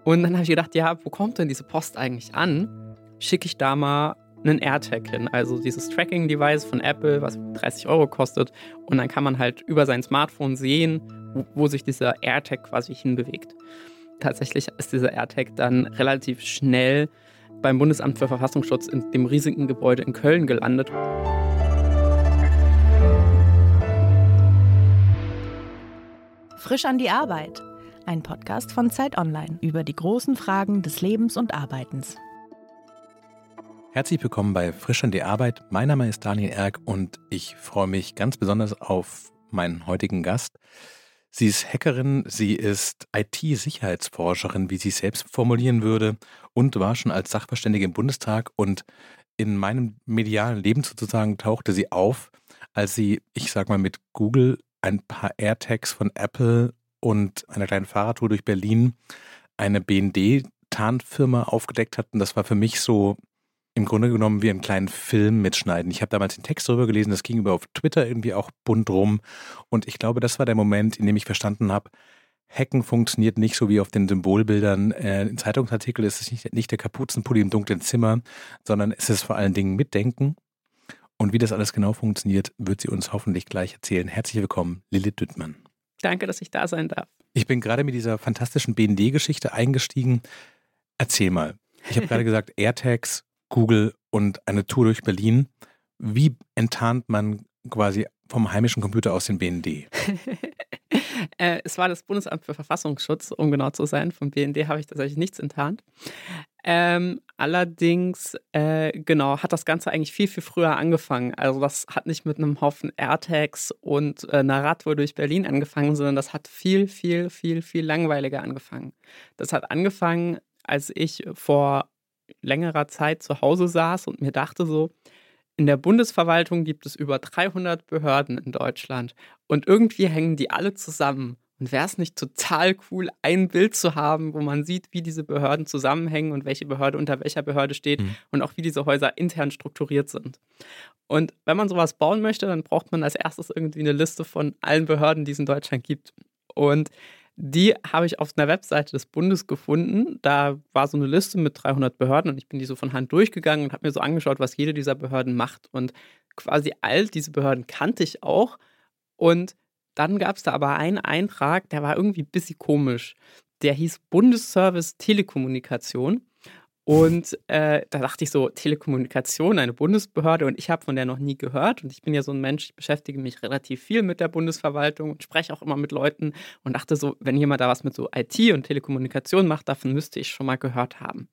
Und dann habe ich gedacht, ja, wo kommt denn diese Post eigentlich an? Schicke ich da mal einen AirTag hin, also dieses Tracking-Device von Apple, was 30 € kostet. Und dann kann man halt über sein Smartphone sehen, wo sich dieser AirTag quasi hinbewegt. Tatsächlich ist dieser AirTag dann relativ schnell beim Bundesamt für Verfassungsschutz in dem riesigen Gebäude in Köln gelandet. Frisch an die Arbeit. Ein Podcast von Zeit Online über die großen Fragen des Lebens und Arbeitens. Herzlich willkommen bei Frisch an die Arbeit. Mein Name ist Daniel Erck und ich freue mich ganz besonders auf meinen heutigen Gast. Sie ist Hackerin, sie ist IT-Sicherheitsforscherin, wie sie es selbst formulieren würde, und war schon als Sachverständige im Bundestag. Und in meinem medialen Leben sozusagen tauchte sie auf, als sie, ich sag mal, mit Google ein paar AirTags von Apple und einer kleinen Fahrradtour durch Berlin eine BND-Tarnfirma aufgedeckt hat. Und das war für mich so im Grunde genommen wie einen kleinen Film mitschneiden. Ich habe damals den Text darüber gelesen, das ging über auf Twitter irgendwie auch bunt rum. Und ich glaube, das war der Moment, in dem ich verstanden habe, Hacken funktioniert nicht so wie auf den Symbolbildern. In Zeitungsartikeln ist es nicht der Kapuzenpulli im dunklen Zimmer, sondern es ist vor allen Dingen Mitdenken. Und wie das alles genau funktioniert, wird sie uns hoffentlich gleich erzählen. Herzlich willkommen, Lilith Düttmann. Danke, dass ich da sein darf. Ich bin gerade mit dieser fantastischen BND-Geschichte eingestiegen. Erzähl mal. Ich habe gerade gesagt, AirTags, Google und eine Tour durch Berlin. Wie enttarnt man quasi vom heimischen Computer aus den BND? Es war das Bundesamt für Verfassungsschutz, um genau zu sein. Vom BND habe ich tatsächlich nichts enttarnt. Allerdings, genau, hat das Ganze eigentlich viel, viel früher angefangen. Also das hat nicht mit einem Haufen AirTags und einer Radtour durch Berlin angefangen, sondern das hat viel, viel, viel, viel langweiliger angefangen. Das hat angefangen, als ich vor längerer Zeit zu Hause saß und mir dachte so, in der Bundesverwaltung gibt es über 300 Behörden in Deutschland und irgendwie hängen die alle zusammen. Und wäre es nicht total cool, ein Bild zu haben, wo man sieht, wie diese Behörden zusammenhängen und welche Behörde unter welcher Behörde steht und auch wie diese Häuser intern strukturiert sind. Und wenn man sowas bauen möchte, dann braucht man als erstes irgendwie eine Liste von allen Behörden, die es in Deutschland gibt. Und die habe ich auf einer Webseite des Bundes gefunden. Da war so eine Liste mit 300 Behörden und ich bin die so von Hand durchgegangen und habe mir so angeschaut, was jede dieser Behörden macht. Und quasi all diese Behörden kannte ich auch. Und dann gab es da aber einen Eintrag, der war irgendwie ein bisschen komisch. Der hieß Bundesservice Telekommunikation. Und da dachte ich so, Telekommunikation, eine Bundesbehörde, und ich habe von der noch nie gehört. Und ich bin ja so ein Mensch, ich beschäftige mich relativ viel mit der Bundesverwaltung und spreche auch immer mit Leuten und dachte so, wenn jemand da was mit so IT und Telekommunikation macht, davon müsste ich schon mal gehört haben.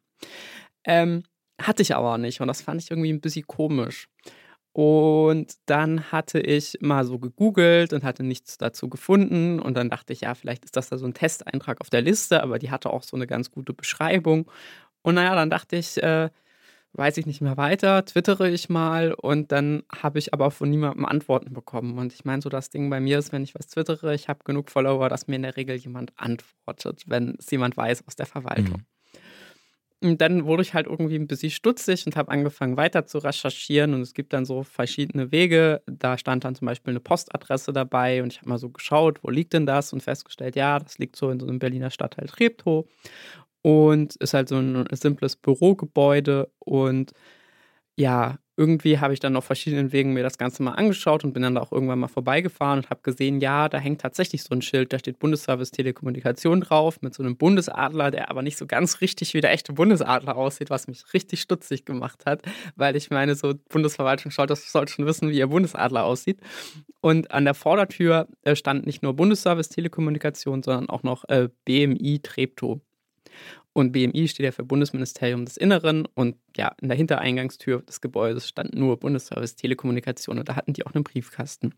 Hatte ich aber auch nicht und das fand ich irgendwie ein bisschen komisch. Und dann hatte ich mal so gegoogelt und hatte nichts dazu gefunden. Und dann dachte ich, ja, vielleicht ist das da so ein Testeintrag auf der Liste, aber die hatte auch so eine ganz gute Beschreibung. Und naja, dann dachte ich, weiß ich nicht mehr weiter, twittere ich mal und dann habe ich aber von niemandem Antworten bekommen. Und ich meine, so das Ding bei mir ist, wenn ich was twittere, ich habe genug Follower, dass mir in der Regel jemand antwortet, wenn es jemand weiß aus der Verwaltung. Und dann wurde ich halt irgendwie ein bisschen stutzig und habe angefangen weiter zu recherchieren und es gibt dann so verschiedene Wege. Da stand dann zum Beispiel eine Postadresse dabei und ich habe mal so geschaut, wo liegt denn das, und festgestellt, ja, das liegt so in so einem Berliner Stadtteil Treptow. Und ist halt so ein simples Bürogebäude. Und ja, irgendwie habe ich dann auf verschiedenen Wegen mir das Ganze mal angeschaut und bin dann da auch irgendwann mal vorbeigefahren und habe gesehen, ja, da hängt tatsächlich so ein Schild, da steht Bundesservice Telekommunikation drauf mit so einem Bundesadler, der aber nicht so ganz richtig wie der echte Bundesadler aussieht, was mich richtig stutzig gemacht hat, weil ich meine, so Bundesverwaltung sollte schon wissen, wie ihr Bundesadler aussieht. Und an der Vordertür stand nicht nur Bundesservice Telekommunikation, sondern auch noch BMI Treptow. Und BMI steht ja für Bundesministerium des Inneren und ja, in der Hintereingangstür des Gebäudes stand nur Bundesservice Telekommunikation und da hatten die auch einen Briefkasten.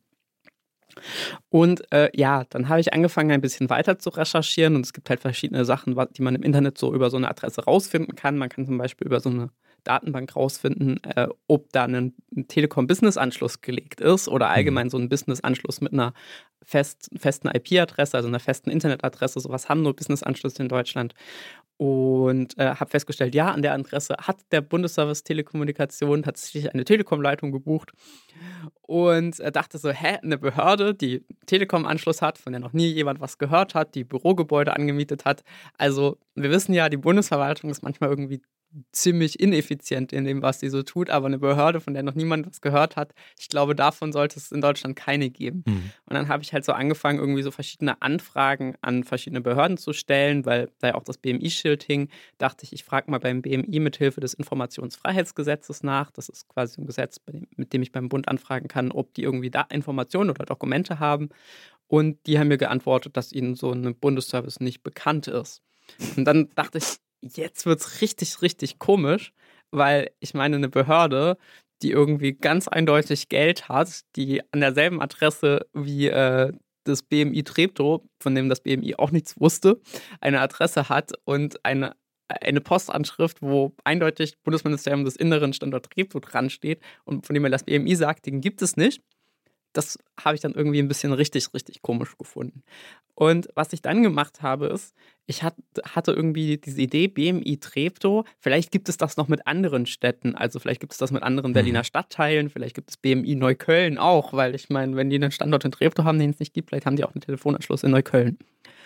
Und ja, dann habe ich angefangen, ein bisschen weiter zu recherchieren und es gibt halt verschiedene Sachen, die man im Internet so über so eine Adresse rausfinden kann. Man kann zum Beispiel über so eine Datenbank rausfinden, ob da ein Telekom-Business-Anschluss gelegt ist oder allgemein so ein Business-Anschluss mit einer festen IP-Adresse, also einer festen Internetadresse. Sowas haben nur Business-Anschlüsse in Deutschland. Und habe festgestellt, ja, an der Adresse hat der Bundesservice Telekommunikation tatsächlich eine Telekom-Leitung gebucht und dachte so, eine Behörde, die Telekom-Anschluss hat, von der noch nie jemand was gehört hat, die Bürogebäude angemietet hat. Also wir wissen ja, die Bundesverwaltung ist manchmal irgendwie ziemlich ineffizient in dem, was sie so tut, aber eine Behörde, von der noch niemand was gehört hat, ich glaube, davon sollte es in Deutschland keine geben. Mhm. Und dann habe ich halt so angefangen, irgendwie so verschiedene Anfragen an verschiedene Behörden zu stellen, weil da ja auch das BMI-Schild hing, dachte ich frage mal beim BMI mithilfe des Informationsfreiheitsgesetzes nach. Das ist quasi ein Gesetz, mit dem ich beim Bund anfragen kann, ob die irgendwie da Informationen oder Dokumente haben. Und die haben mir geantwortet, dass ihnen so ein Bundesservice nicht bekannt ist. Und dann dachte ich, jetzt wird es richtig, richtig komisch, weil ich meine, eine Behörde, die irgendwie ganz eindeutig Geld hat, die an derselben Adresse wie das BMI Treptow, von dem das BMI auch nichts wusste, eine Adresse hat und eine Postanschrift, wo eindeutig Bundesministerium des Inneren Standort Treptow dran steht und von dem mir das BMI sagt, den gibt es nicht. Das habe ich dann irgendwie ein bisschen richtig, richtig komisch gefunden. Und was ich dann gemacht habe, ist, ich hatte irgendwie diese Idee, BMI Treptow, vielleicht gibt es das noch mit anderen Städten, also vielleicht gibt es das mit anderen Berliner Stadtteilen, vielleicht gibt es BMI Neukölln auch, weil ich meine, wenn die einen Standort in Treptow haben, den es nicht gibt, vielleicht haben die auch einen Telefonanschluss in Neukölln.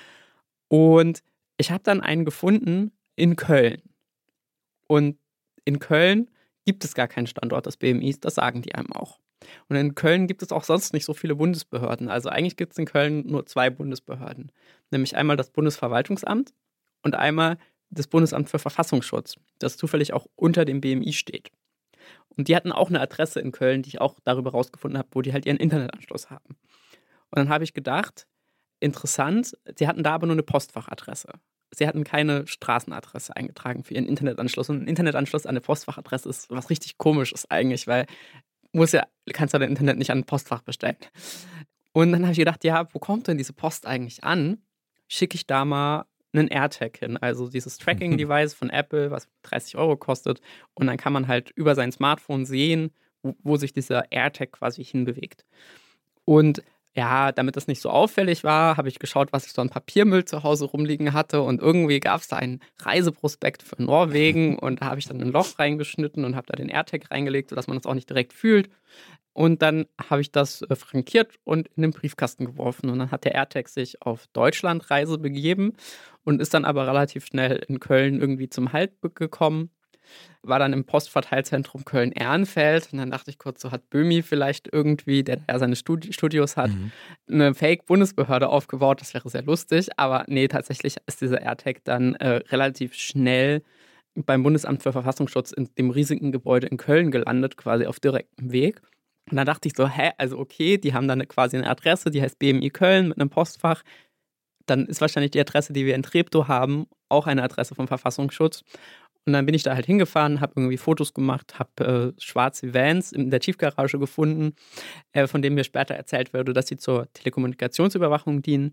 Und ich habe dann einen gefunden in Köln. Und in Köln gibt es gar keinen Standort des BMIs, das sagen die einem auch. Und in Köln gibt es auch sonst nicht so viele Bundesbehörden. Also eigentlich gibt es in Köln nur 2 Bundesbehörden. Nämlich einmal das Bundesverwaltungsamt und einmal das Bundesamt für Verfassungsschutz, das zufällig auch unter dem BMI steht. Und die hatten auch eine Adresse in Köln, die ich auch darüber rausgefunden habe, wo die halt ihren Internetanschluss haben. Und dann habe ich gedacht, interessant, sie hatten da aber nur eine Postfachadresse. Sie hatten keine Straßenadresse eingetragen für ihren Internetanschluss. Und ein Internetanschluss an eine Postfachadresse ist was richtig Komisches eigentlich, weil kannst du dein Internet nicht an ein Postfach bestellen. Und dann habe ich gedacht, ja, wo kommt denn diese Post eigentlich an? Schicke ich da mal einen AirTag hin, also dieses Tracking-Device von Apple, was 30 € kostet. Und dann kann man halt über sein Smartphone sehen, wo sich dieser AirTag quasi hinbewegt. Und ja, damit das nicht so auffällig war, habe ich geschaut, was ich so an Papiermüll zu Hause rumliegen hatte. Und irgendwie gab es da einen Reiseprospekt für Norwegen. Und da habe ich dann ein Loch reingeschnitten und habe da den AirTag reingelegt, sodass man das auch nicht direkt fühlt. Und dann habe ich das frankiert und in den Briefkasten geworfen. Und dann hat der AirTag sich auf Deutschlandreise begeben und ist dann aber relativ schnell in Köln irgendwie zum Halt gekommen. War dann im Postverteilzentrum Köln-Ehrenfeld und dann dachte ich kurz, so hat Böhmi vielleicht irgendwie, der ja seine Studios hat, eine Fake-Bundesbehörde aufgebaut. Das wäre sehr lustig, aber nee, tatsächlich ist dieser AirTag dann relativ schnell beim Bundesamt für Verfassungsschutz in dem riesigen Gebäude in Köln gelandet, quasi auf direktem Weg. Und dann dachte ich so, also okay, die haben dann quasi eine Adresse, die heißt BMI Köln mit einem Postfach. Dann ist wahrscheinlich die Adresse, die wir in Treptow haben, auch eine Adresse vom Verfassungsschutz. Und dann bin ich da halt hingefahren, habe irgendwie Fotos gemacht, habe schwarze Vans in der Tiefgarage gefunden, von denen mir später erzählt wurde, dass sie zur Telekommunikationsüberwachung dienen.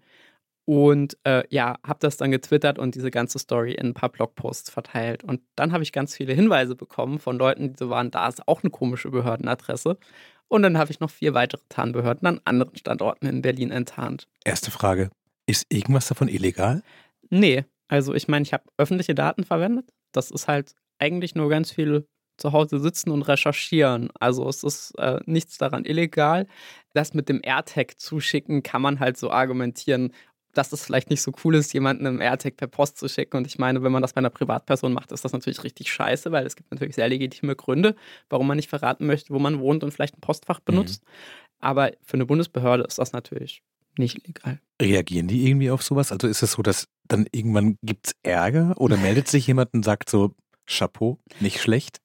Und habe das dann getwittert und diese ganze Story in ein paar Blogposts verteilt. Und dann habe ich ganz viele Hinweise bekommen von Leuten, die so waren, da ist auch eine komische Behördenadresse. Und dann habe ich noch 4 weitere Tarnbehörden an anderen Standorten in Berlin enttarnt. Erste Frage, ist irgendwas davon illegal? Nee, also ich meine, ich habe öffentliche Daten verwendet. Das ist halt eigentlich nur ganz viel zu Hause sitzen und recherchieren. Also es ist nichts daran illegal. Das mit dem AirTag zuschicken kann man halt so argumentieren, dass es vielleicht nicht so cool ist, jemanden einen AirTag per Post zu schicken. Und ich meine, wenn man das bei einer Privatperson macht, ist das natürlich richtig scheiße, weil es gibt natürlich sehr legitime Gründe, warum man nicht verraten möchte, wo man wohnt und vielleicht ein Postfach benutzt. Aber für eine Bundesbehörde ist das natürlich nicht legal. Reagieren die irgendwie auf sowas? Also ist es so, dass dann irgendwann gibt es Ärger oder meldet sich jemand und sagt so, Chapeau, nicht schlecht?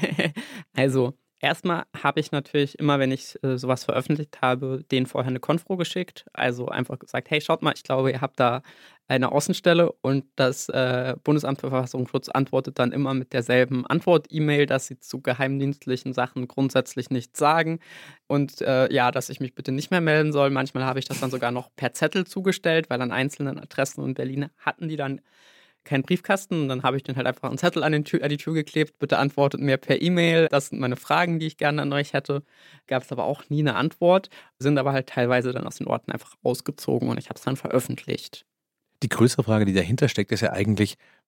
Also erstmal habe ich natürlich immer, wenn ich sowas veröffentlicht habe, denen vorher eine Konfro geschickt. Also einfach gesagt, hey, schaut mal, ich glaube, ihr habt da eine Außenstelle und das Bundesamt für Verfassungsschutz antwortet dann immer mit derselben Antwort-E-Mail, dass sie zu geheimdienstlichen Sachen grundsätzlich nichts sagen und dass ich mich bitte nicht mehr melden soll. Manchmal habe ich das dann sogar noch per Zettel zugestellt, weil an einzelnen Adressen in Berlin hatten die dann keinen Briefkasten und dann habe ich den halt einfach einen Zettel an die Tür geklebt, bitte antwortet mir per E-Mail, das sind meine Fragen, die ich gerne an euch hätte. Gab es aber auch nie eine Antwort, sind aber halt teilweise dann aus den Orten einfach ausgezogen und ich habe es dann veröffentlicht. Die größere Frage, die dahinter steckt, ist ja eigentlich,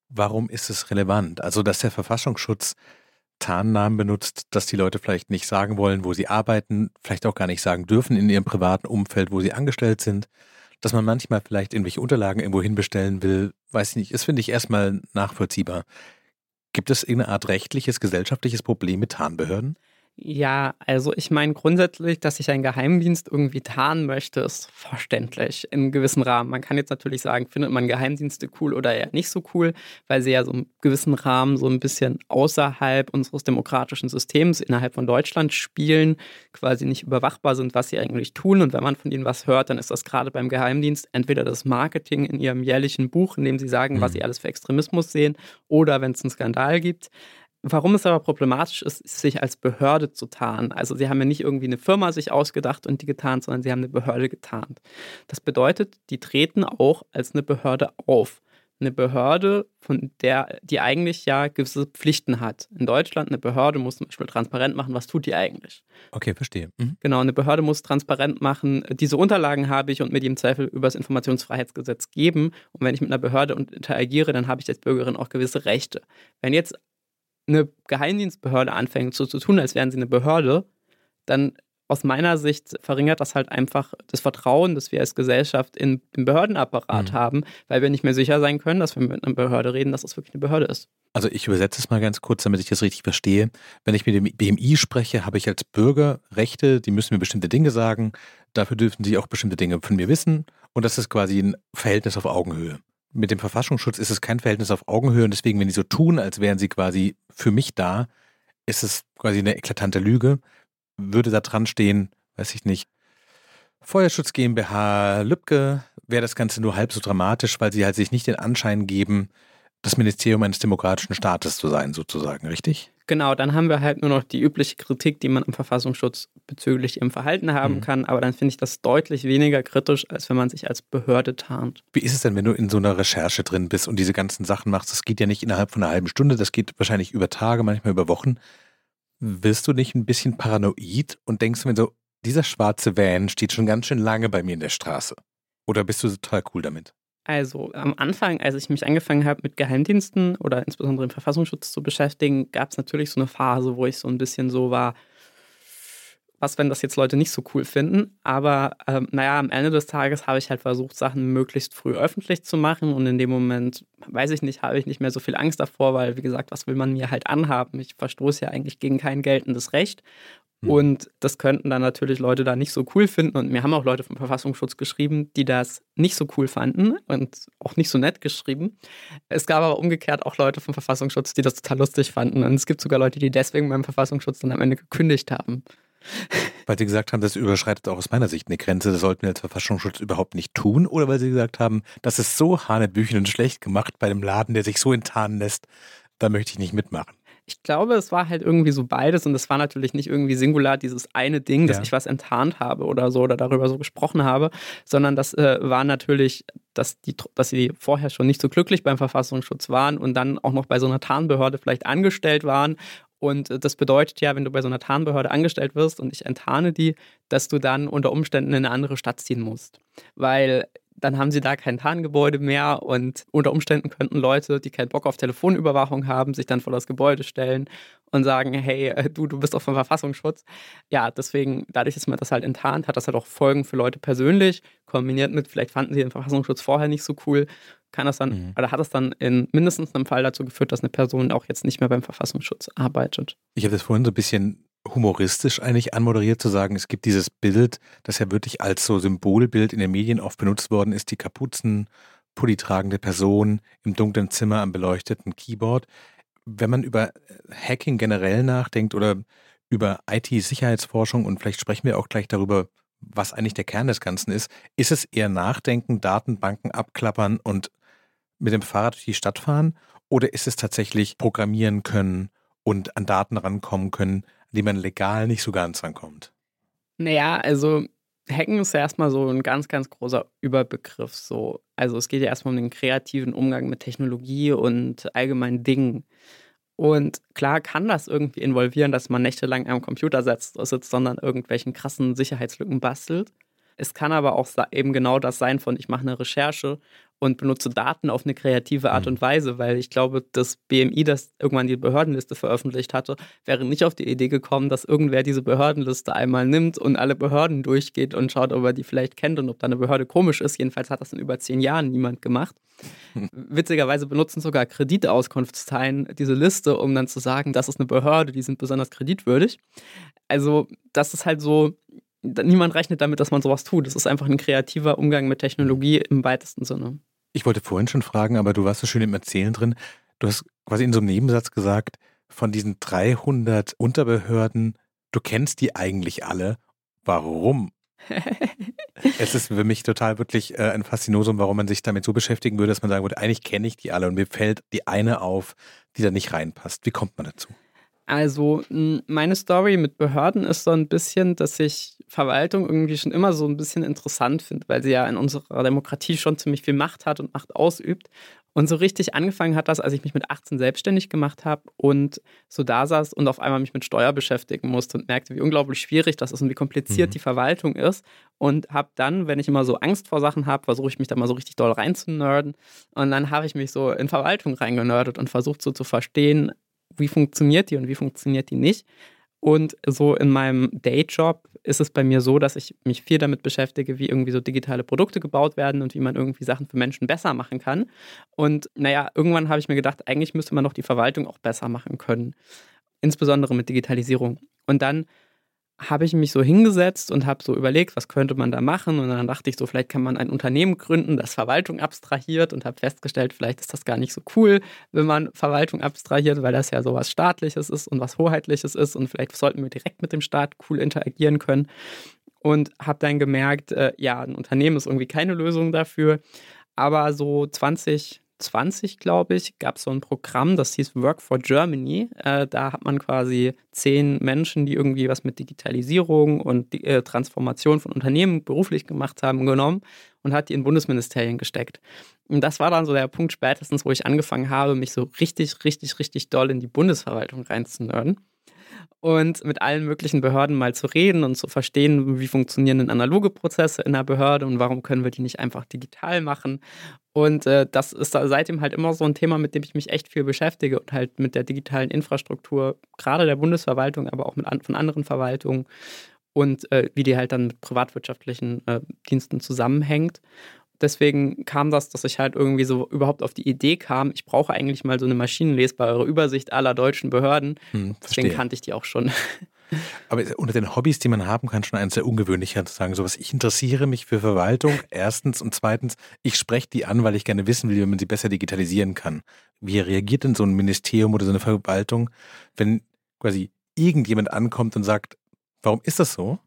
Warum ist es relevant? Also, dass der Verfassungsschutz Tarnnamen benutzt, dass die Leute vielleicht nicht sagen wollen, wo sie arbeiten, vielleicht auch gar nicht sagen dürfen in ihrem privaten Umfeld, wo sie angestellt sind, dass man manchmal vielleicht irgendwelche Unterlagen irgendwo hinbestellen will, weiß ich nicht, ist, finde ich, erstmal nachvollziehbar. Gibt es irgendeine Art rechtliches, gesellschaftliches Problem mit Tarnbehörden? Ja, also ich meine grundsätzlich, dass sich ein Geheimdienst irgendwie tarnen möchte, ist verständlich in einem gewissen Rahmen. Man kann jetzt natürlich sagen, findet man Geheimdienste cool oder eher nicht so cool, weil sie ja so im gewissen Rahmen so ein bisschen außerhalb unseres demokratischen Systems innerhalb von Deutschland spielen, quasi nicht überwachbar sind, was sie eigentlich tun. Und wenn man von ihnen was hört, dann ist das gerade beim Geheimdienst entweder das Marketing in ihrem jährlichen Buch, in dem sie sagen, was sie alles für Extremismus sehen, oder wenn es einen Skandal gibt. Warum es aber problematisch ist, ist, sich als Behörde zu tarnen. Also sie haben ja nicht irgendwie eine Firma sich ausgedacht und die getarnt, sondern sie haben eine Behörde getarnt. Das bedeutet, die treten auch als eine Behörde auf. Eine Behörde, von der die eigentlich ja gewisse Pflichten hat. In Deutschland, eine Behörde muss zum Beispiel transparent machen, was tut die eigentlich. Okay, verstehe. Mhm. Genau, eine Behörde muss transparent machen, diese Unterlagen habe ich und mir die im Zweifel über das Informationsfreiheitsgesetz geben. Und wenn ich mit einer Behörde interagiere, dann habe ich als Bürgerin auch gewisse Rechte. Wenn jetzt eine Geheimdienstbehörde anfängt so zu tun, als wären sie eine Behörde, dann aus meiner Sicht verringert das halt einfach das Vertrauen, das wir als Gesellschaft in den Behördenapparat haben, weil wir nicht mehr sicher sein können, dass wir mit einer Behörde reden, dass das wirklich eine Behörde ist. Also ich übersetze es mal ganz kurz, damit ich das richtig verstehe. Wenn ich mit dem BMI spreche, habe ich als Bürger Rechte, die müssen mir bestimmte Dinge sagen, dafür dürfen sie auch bestimmte Dinge von mir wissen und das ist quasi ein Verhältnis auf Augenhöhe. Mit dem Verfassungsschutz ist es kein Verhältnis auf Augenhöhe und deswegen, wenn die so tun, als wären sie quasi für mich da, ist es quasi eine eklatante Lüge. Würde da dran stehen, weiß ich nicht, Feuerschutz GmbH Lübcke, wäre das Ganze nur halb so dramatisch, weil sie halt sich nicht den Anschein geben, das Ministerium eines demokratischen Staates zu sein, sozusagen, richtig? Genau, dann haben wir halt nur noch die übliche Kritik, die man am Verfassungsschutz bezüglich ihrem Verhalten haben kann, aber dann finde ich das deutlich weniger kritisch, als wenn man sich als Behörde tarnt. Wie ist es denn, wenn du in so einer Recherche drin bist und diese ganzen Sachen machst? Das geht ja nicht innerhalb von einer halben Stunde, das geht wahrscheinlich über Tage, manchmal über Wochen. Wirst du nicht ein bisschen paranoid und denkst mir so, dieser schwarze Van steht schon ganz schön lange bei mir in der Straße? Oder bist du total cool damit? Also am Anfang, als ich mich angefangen habe mit Geheimdiensten oder insbesondere im Verfassungsschutz zu beschäftigen, gab es natürlich so eine Phase, wo ich so ein bisschen so war, was, wenn das jetzt Leute nicht so cool finden. Aber am Ende des Tages habe ich halt versucht, Sachen möglichst früh öffentlich zu machen. Und in dem Moment, weiß ich nicht, habe ich nicht mehr so viel Angst davor, weil, wie gesagt, was will man mir halt anhaben? Ich verstoße ja eigentlich gegen kein geltendes Recht. Und das könnten dann natürlich Leute da nicht so cool finden. Und mir haben auch Leute vom Verfassungsschutz geschrieben, die das nicht so cool fanden und auch nicht so nett geschrieben. Es gab aber umgekehrt auch Leute vom Verfassungsschutz, die das total lustig fanden. Und es gibt sogar Leute, die deswegen beim Verfassungsschutz dann am Ende gekündigt haben. Weil sie gesagt haben, das überschreitet auch aus meiner Sicht eine Grenze, das sollten wir als Verfassungsschutz überhaupt nicht tun. Oder weil sie gesagt haben, das ist so hanebüchen und schlecht gemacht bei dem Laden, der sich so enttarnen lässt, da möchte ich nicht mitmachen. Ich glaube, es war halt irgendwie so beides und es war natürlich nicht irgendwie singular dieses eine Ding, dass ich was enttarnt habe oder so oder darüber so gesprochen habe, sondern das war natürlich, dass sie vorher schon nicht so glücklich beim Verfassungsschutz waren und dann auch noch bei so einer Tarnbehörde vielleicht angestellt waren. Und das bedeutet ja, wenn du bei so einer Tarnbehörde angestellt wirst und ich enttarne die, dass du dann unter Umständen in eine andere Stadt ziehen musst. Weil dann haben sie da kein Tarngebäude mehr und unter Umständen könnten Leute, die keinen Bock auf Telefonüberwachung haben, sich dann vor das Gebäude stellen und sagen, hey, du bist doch vom Verfassungsschutz. Ja, deswegen, dadurch, dass man das halt enttarnt, hat das halt auch Folgen für Leute persönlich, kombiniert mit, vielleicht fanden sie den Verfassungsschutz vorher nicht so cool, kann das dann, oder hat das dann in mindestens einem Fall dazu geführt, dass eine Person auch jetzt nicht mehr beim Verfassungsschutz arbeitet. Ich habe das vorhin so ein bisschen humoristisch eigentlich anmoderiert zu sagen, es gibt dieses Bild, das ja wirklich als so Symbolbild in den Medien oft benutzt worden ist, die Kapuzenpulli tragende Person im dunklen Zimmer am beleuchteten Keyboard. Wenn man über Hacking generell nachdenkt oder über IT-Sicherheitsforschung und vielleicht sprechen wir auch gleich darüber, was eigentlich der Kern des Ganzen ist es eher Nachdenken, Datenbanken abklappern und mit dem Fahrrad durch die Stadt fahren oder ist es tatsächlich programmieren können und an Daten rankommen können, an die man legal nicht so ganz rankommt? Naja, also Hacken ist ja erstmal so ein ganz, ganz großer Überbegriff. So. Also es geht ja erstmal um den kreativen Umgang mit Technologie und allgemeinen Dingen. Und klar kann das irgendwie involvieren, dass man nächtelang am Computer sitzt, sondern irgendwelchen krassen Sicherheitslücken bastelt. Es kann aber auch eben genau das sein von, ich mache eine Recherche und benutze Daten auf eine kreative Art und Weise, weil ich glaube, das BMI, das irgendwann die Behördenliste veröffentlicht hatte, wäre nicht auf die Idee gekommen, dass irgendwer diese Behördenliste einmal nimmt und alle Behörden durchgeht und schaut, ob er die vielleicht kennt und ob da eine Behörde komisch ist. Jedenfalls hat das in über 10 Jahren niemand gemacht. Witzigerweise benutzen sogar Kreditauskunftsteilen diese Liste, um dann zu sagen, das ist eine Behörde, die sind besonders kreditwürdig. Also das ist halt so, niemand rechnet damit, dass man sowas tut. Das ist einfach ein kreativer Umgang mit Technologie im weitesten Sinne. Ich wollte vorhin schon fragen, aber du warst so schön im Erzählen drin. Du hast quasi in so einem Nebensatz gesagt, von diesen 300 Unterbehörden, du kennst die eigentlich alle. Warum? Es ist für mich total wirklich ein Faszinosum, warum man sich damit so beschäftigen würde, dass man sagen würde, eigentlich kenne ich die alle und mir fällt die eine auf, die da nicht reinpasst. Wie kommt man dazu? Also meine Story mit Behörden ist so ein bisschen, dass ich Verwaltung irgendwie schon immer so ein bisschen interessant finde, weil sie ja in unserer Demokratie schon ziemlich viel Macht hat und Macht ausübt. Und so richtig angefangen hat das, als ich mich mit 18 selbstständig gemacht habe und so da saß und auf einmal mich mit Steuer beschäftigen musste und merkte, wie unglaublich schwierig das ist und wie kompliziert die Verwaltung ist. Und habe dann, wenn ich immer so Angst vor Sachen habe, versuche ich mich da mal so richtig doll reinzunörden. Und dann habe ich mich so in Verwaltung reingenördet und versucht so zu verstehen, wie funktioniert die und wie funktioniert die nicht. Und so in meinem Dayjob ist es bei mir so, dass ich mich viel damit beschäftige, wie irgendwie so digitale Produkte gebaut werden und wie man irgendwie Sachen für Menschen besser machen kann. Und naja, irgendwann habe ich mir gedacht, eigentlich müsste man doch die Verwaltung auch besser machen können. Insbesondere mit Digitalisierung. Und dann habe ich mich so hingesetzt und habe so überlegt, was könnte man da machen. Und dann dachte ich so, vielleicht kann man ein Unternehmen gründen, das Verwaltung abstrahiert und habe festgestellt, vielleicht ist das gar nicht so cool, wenn man Verwaltung abstrahiert, weil das ja so was Staatliches ist und was Hoheitliches ist und vielleicht sollten wir direkt mit dem Staat cool interagieren können. Und habe dann gemerkt, ja, ein Unternehmen ist irgendwie keine Lösung dafür. Aber so 2020, glaube ich, gab es so ein Programm, das hieß Work for Germany. Da hat man quasi 10 Menschen, die irgendwie was mit Digitalisierung und Transformation von Unternehmen beruflich gemacht haben, genommen und hat die in Bundesministerien gesteckt. Und das war dann so der Punkt spätestens, wo ich angefangen habe, mich so richtig, richtig, richtig doll in die Bundesverwaltung reinzunörden. Und mit allen möglichen Behörden mal zu reden und zu verstehen, wie funktionieren denn analoge Prozesse in einer Behörde und warum können wir die nicht einfach digital machen. Und das ist seitdem halt immer so ein Thema, mit dem ich mich echt viel beschäftige und halt mit der digitalen Infrastruktur, gerade der Bundesverwaltung, aber auch von anderen Verwaltungen und wie die halt dann mit privatwirtschaftlichen Diensten zusammenhängt. Deswegen kam das, dass ich halt irgendwie so überhaupt auf die Idee kam, ich brauche eigentlich mal so eine maschinenlesbare Übersicht aller deutschen Behörden. Deswegen kannte ich die auch schon. Aber unter den Hobbys, die man haben kann, schon eines sehr ungewöhnlicher zu sagen, sowas, ich interessiere mich für Verwaltung, erstens, und zweitens, ich spreche die an, weil ich gerne wissen will, wie man sie besser digitalisieren kann. Wie reagiert denn so ein Ministerium oder so eine Verwaltung, wenn quasi irgendjemand ankommt und sagt, warum ist das so?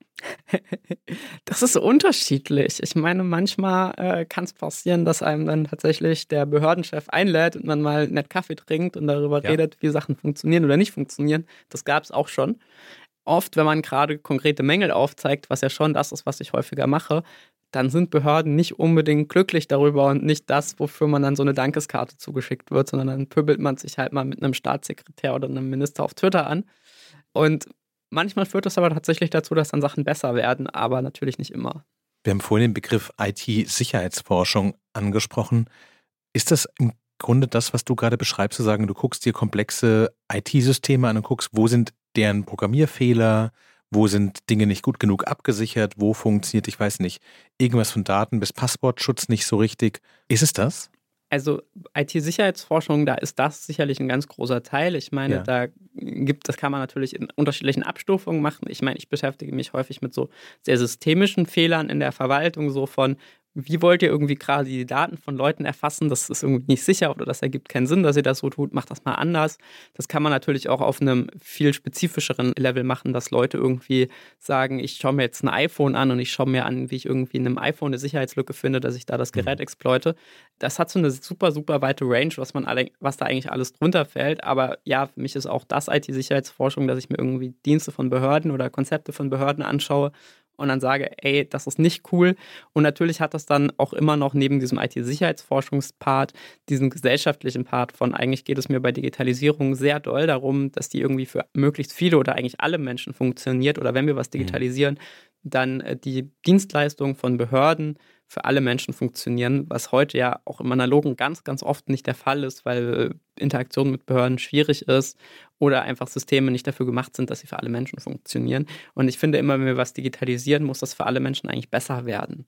Das ist so unterschiedlich. Ich meine, manchmal kann es passieren, dass einem dann tatsächlich der Behördenchef einlädt und man mal nett Kaffee trinkt und darüber redet, wie Sachen funktionieren oder nicht funktionieren. Das gab es auch schon. Oft, wenn man gerade konkrete Mängel aufzeigt, was ja schon das ist, was ich häufiger mache, dann sind Behörden nicht unbedingt glücklich darüber und nicht das, wofür man dann so eine Dankeskarte zugeschickt wird, sondern dann pöbelt man sich halt mal mit einem Staatssekretär oder einem Minister auf Twitter an. Und manchmal führt das aber tatsächlich dazu, dass dann Sachen besser werden, aber natürlich nicht immer. Wir haben vorhin den Begriff IT-Sicherheitsforschung angesprochen. Ist das im Grunde das, was du gerade beschreibst, zu sagen, du guckst dir komplexe IT-Systeme an und guckst, wo sind deren Programmierfehler, wo sind Dinge nicht gut genug abgesichert, wo funktioniert, ich weiß nicht, irgendwas von Daten bis Passwortschutz nicht so richtig. Ist es das? Also IT-Sicherheitsforschung, da ist das sicherlich ein ganz großer Teil. Ich meine, das kann man natürlich in unterschiedlichen Abstufungen machen. Ich meine, ich beschäftige mich häufig mit so sehr systemischen Fehlern in der Verwaltung, so von, wie wollt ihr irgendwie gerade die Daten von Leuten erfassen? Das ist irgendwie nicht sicher oder das ergibt keinen Sinn, dass ihr das so tut. Macht das mal anders. Das kann man natürlich auch auf einem viel spezifischeren Level machen, dass Leute irgendwie sagen, ich schaue mir jetzt ein iPhone an und ich schaue mir an, wie ich irgendwie in einem iPhone eine Sicherheitslücke finde, dass ich da das Gerät exploite. Das hat so eine super, super weite Range, was da eigentlich alles drunter fällt. Aber ja, für mich ist auch das IT-Sicherheitsforschung, dass ich mir irgendwie Dienste von Behörden oder Konzepte von Behörden anschaue und dann sage, ey, das ist nicht cool. Und natürlich hat das dann auch immer noch neben diesem IT-Sicherheitsforschungspart diesen gesellschaftlichen Part von, eigentlich geht es mir bei Digitalisierung sehr doll darum, dass die irgendwie für möglichst viele oder eigentlich alle Menschen funktioniert oder wenn wir was digitalisieren, dann die Dienstleistung von Behörden für alle Menschen funktionieren, was heute ja auch im Analogen ganz, ganz oft nicht der Fall ist, weil Interaktion mit Behörden schwierig ist oder einfach Systeme nicht dafür gemacht sind, dass sie für alle Menschen funktionieren. Und ich finde immer, wenn wir was digitalisieren, muss das für alle Menschen eigentlich besser werden.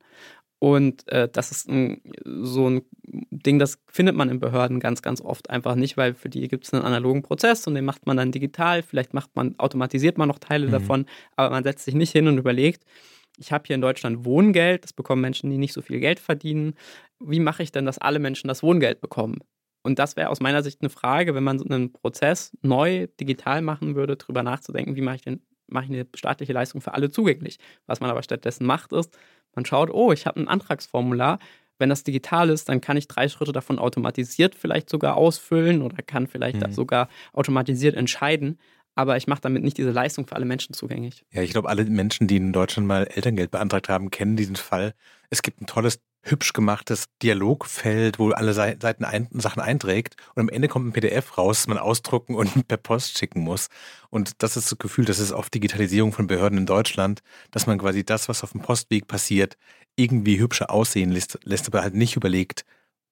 Und das ist so ein Ding, das findet man in Behörden ganz, ganz oft einfach nicht, weil für die gibt es einen analogen Prozess und den macht man dann digital. Vielleicht automatisiert man noch Teile davon, aber man setzt sich nicht hin und überlegt, ich habe hier in Deutschland Wohngeld, das bekommen Menschen, die nicht so viel Geld verdienen. Wie mache ich denn, dass alle Menschen das Wohngeld bekommen? Und das wäre aus meiner Sicht eine Frage, wenn man so einen Prozess neu digital machen würde, darüber nachzudenken, wie mache ich eine staatliche Leistung für alle zugänglich. Was man aber stattdessen macht, ist, man schaut, oh, ich habe ein Antragsformular. Wenn das digital ist, dann kann ich 3 Schritte davon automatisiert vielleicht sogar ausfüllen oder kann vielleicht sogar automatisiert entscheiden. Aber ich mache damit nicht diese Leistung für alle Menschen zugänglich. Ja, ich glaube, alle Menschen, die in Deutschland mal Elterngeld beantragt haben, kennen diesen Fall. Es gibt ein tolles, hübsch gemachtes Dialogfeld, wo alle Seiten Sachen einträgt und am Ende kommt ein PDF raus, das man ausdrucken und per Post schicken muss. Und das ist das Gefühl, das ist oft Digitalisierung von Behörden in Deutschland, dass man quasi das, was auf dem Postweg passiert, irgendwie hübscher aussehen lässt aber halt nicht überlegt,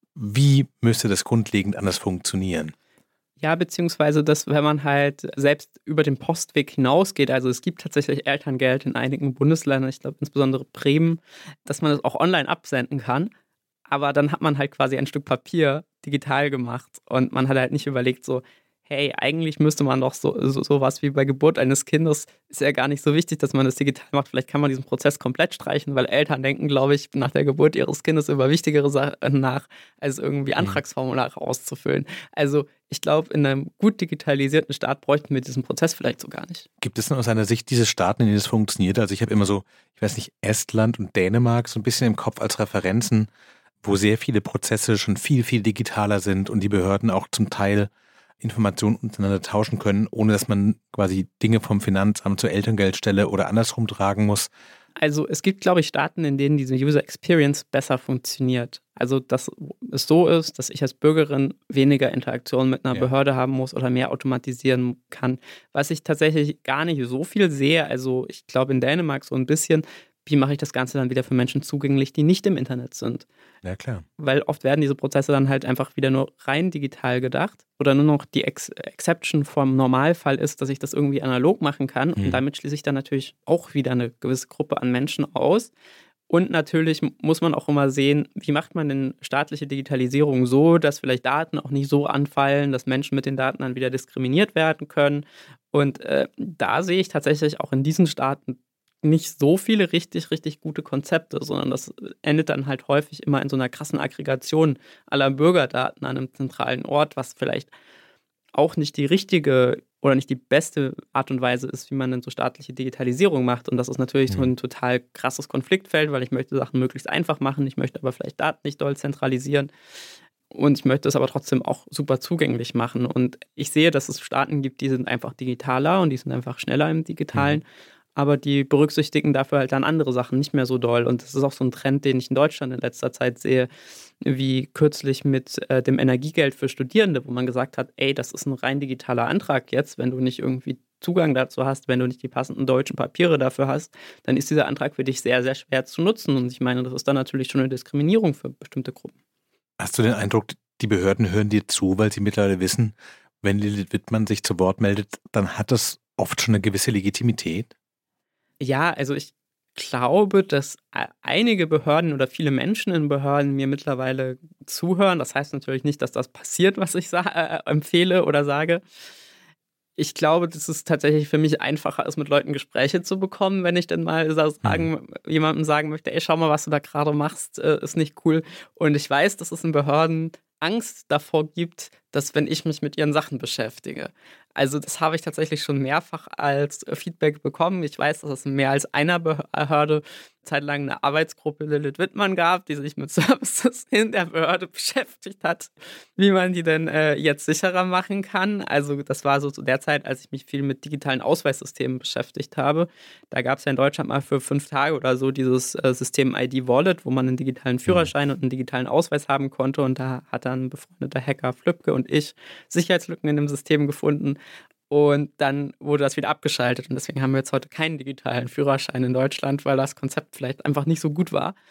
wie müsste das grundlegend anders funktionieren. Ja, beziehungsweise das, wenn man halt selbst über den Postweg hinausgeht, also es gibt tatsächlich Elterngeld in einigen Bundesländern, ich glaube insbesondere Bremen, dass man das auch online absenden kann, aber dann hat man halt quasi ein Stück Papier digital gemacht und man hat halt nicht überlegt so, hey, eigentlich müsste man doch sowas wie bei Geburt eines Kindes, ist ja gar nicht so wichtig, dass man das digital macht. Vielleicht kann man diesen Prozess komplett streichen, weil Eltern denken, glaube ich, nach der Geburt ihres Kindes über wichtigere Sachen nach, als irgendwie Antragsformulare auszufüllen. Also ich glaube, in einem gut digitalisierten Staat bräuchten wir diesen Prozess vielleicht so gar nicht. Gibt es denn aus seiner Sicht diese Staaten, in denen es funktioniert? Also ich habe immer so, ich weiß nicht, Estland und Dänemark so ein bisschen im Kopf als Referenzen, wo sehr viele Prozesse schon viel, viel digitaler sind und die Behörden auch zum Teil Informationen untereinander tauschen können, ohne dass man quasi Dinge vom Finanzamt zur Elterngeldstelle oder andersrum tragen muss. Also es gibt, glaube ich, Staaten, in denen diese User Experience besser funktioniert. Also dass es so ist, dass ich als Bürgerin weniger Interaktion mit einer Behörde haben muss oder mehr automatisieren kann. Was ich tatsächlich gar nicht so viel sehe, also ich glaube in Dänemark so ein bisschen, wie mache ich das Ganze dann wieder für Menschen zugänglich, die nicht im Internet sind? Ja, klar. Weil oft werden diese Prozesse dann halt einfach wieder nur rein digital gedacht oder nur noch die Exception vom Normalfall ist, dass ich das irgendwie analog machen kann und damit schließe ich dann natürlich auch wieder eine gewisse Gruppe an Menschen aus. Und natürlich muss man auch immer sehen, wie macht man denn staatliche Digitalisierung so, dass vielleicht Daten auch nicht so anfallen, dass Menschen mit den Daten dann wieder diskriminiert werden können. Und da sehe ich tatsächlich auch in diesen Staaten nicht so viele richtig, richtig gute Konzepte, sondern das endet dann halt häufig immer in so einer krassen Aggregation aller Bürgerdaten an einem zentralen Ort, was vielleicht auch nicht die richtige oder nicht die beste Art und Weise ist, wie man denn so staatliche Digitalisierung macht. Und das ist natürlich so ein total krasses Konfliktfeld, weil ich möchte Sachen möglichst einfach machen, ich möchte aber vielleicht Daten nicht doll zentralisieren. Und ich möchte es aber trotzdem auch super zugänglich machen. Und ich sehe, dass es Staaten gibt, die sind einfach digitaler und die sind einfach schneller im Digitalen. Aber die berücksichtigen dafür halt dann andere Sachen nicht mehr so doll. Und das ist auch so ein Trend, den ich in Deutschland in letzter Zeit sehe, wie kürzlich mit dem Energiegeld für Studierende, wo man gesagt hat, ey, das ist ein rein digitaler Antrag jetzt, wenn du nicht irgendwie Zugang dazu hast, wenn du nicht die passenden deutschen Papiere dafür hast, dann ist dieser Antrag für dich sehr, sehr schwer zu nutzen. Und ich meine, das ist dann natürlich schon eine Diskriminierung für bestimmte Gruppen. Hast du den Eindruck, die Behörden hören dir zu, weil sie mittlerweile wissen, wenn Lilith Wittmann sich zu Wort meldet, dann hat das oft schon eine gewisse Legitimität? Ja, also ich glaube, dass einige Behörden oder viele Menschen in Behörden mir mittlerweile zuhören. Das heißt natürlich nicht, dass das passiert, was ich empfehle oder sage. Ich glaube, dass es tatsächlich für mich einfacher ist, mit Leuten Gespräche zu bekommen, wenn ich dann mal jemandem sagen möchte, ey, schau mal, was du da gerade machst, ist nicht cool. Und ich weiß, dass es in Behörden Angst davor gibt, dass wenn ich mich mit ihren Sachen beschäftige. Also das habe ich tatsächlich schon mehrfach als Feedback bekommen. Ich weiß, dass es in mehr als einer Behörde zeitlang eine Arbeitsgruppe Lilith Wittmann gab, die sich mit Services in der Behörde beschäftigt hat, wie man die denn jetzt sicherer machen kann. Also das war so zu der Zeit, als ich mich viel mit digitalen Ausweissystemen beschäftigt habe. Da gab es ja in Deutschland mal für 5 Tage oder so dieses System ID Wallet, wo man einen digitalen Führerschein und einen digitalen Ausweis haben konnte. Und da hat dann ein befreundeter Hacker Flübke und ich Sicherheitslücken in dem System gefunden. Und dann wurde das wieder abgeschaltet. Und deswegen haben wir jetzt heute keinen digitalen Führerschein in Deutschland, weil das Konzept vielleicht einfach nicht so gut war.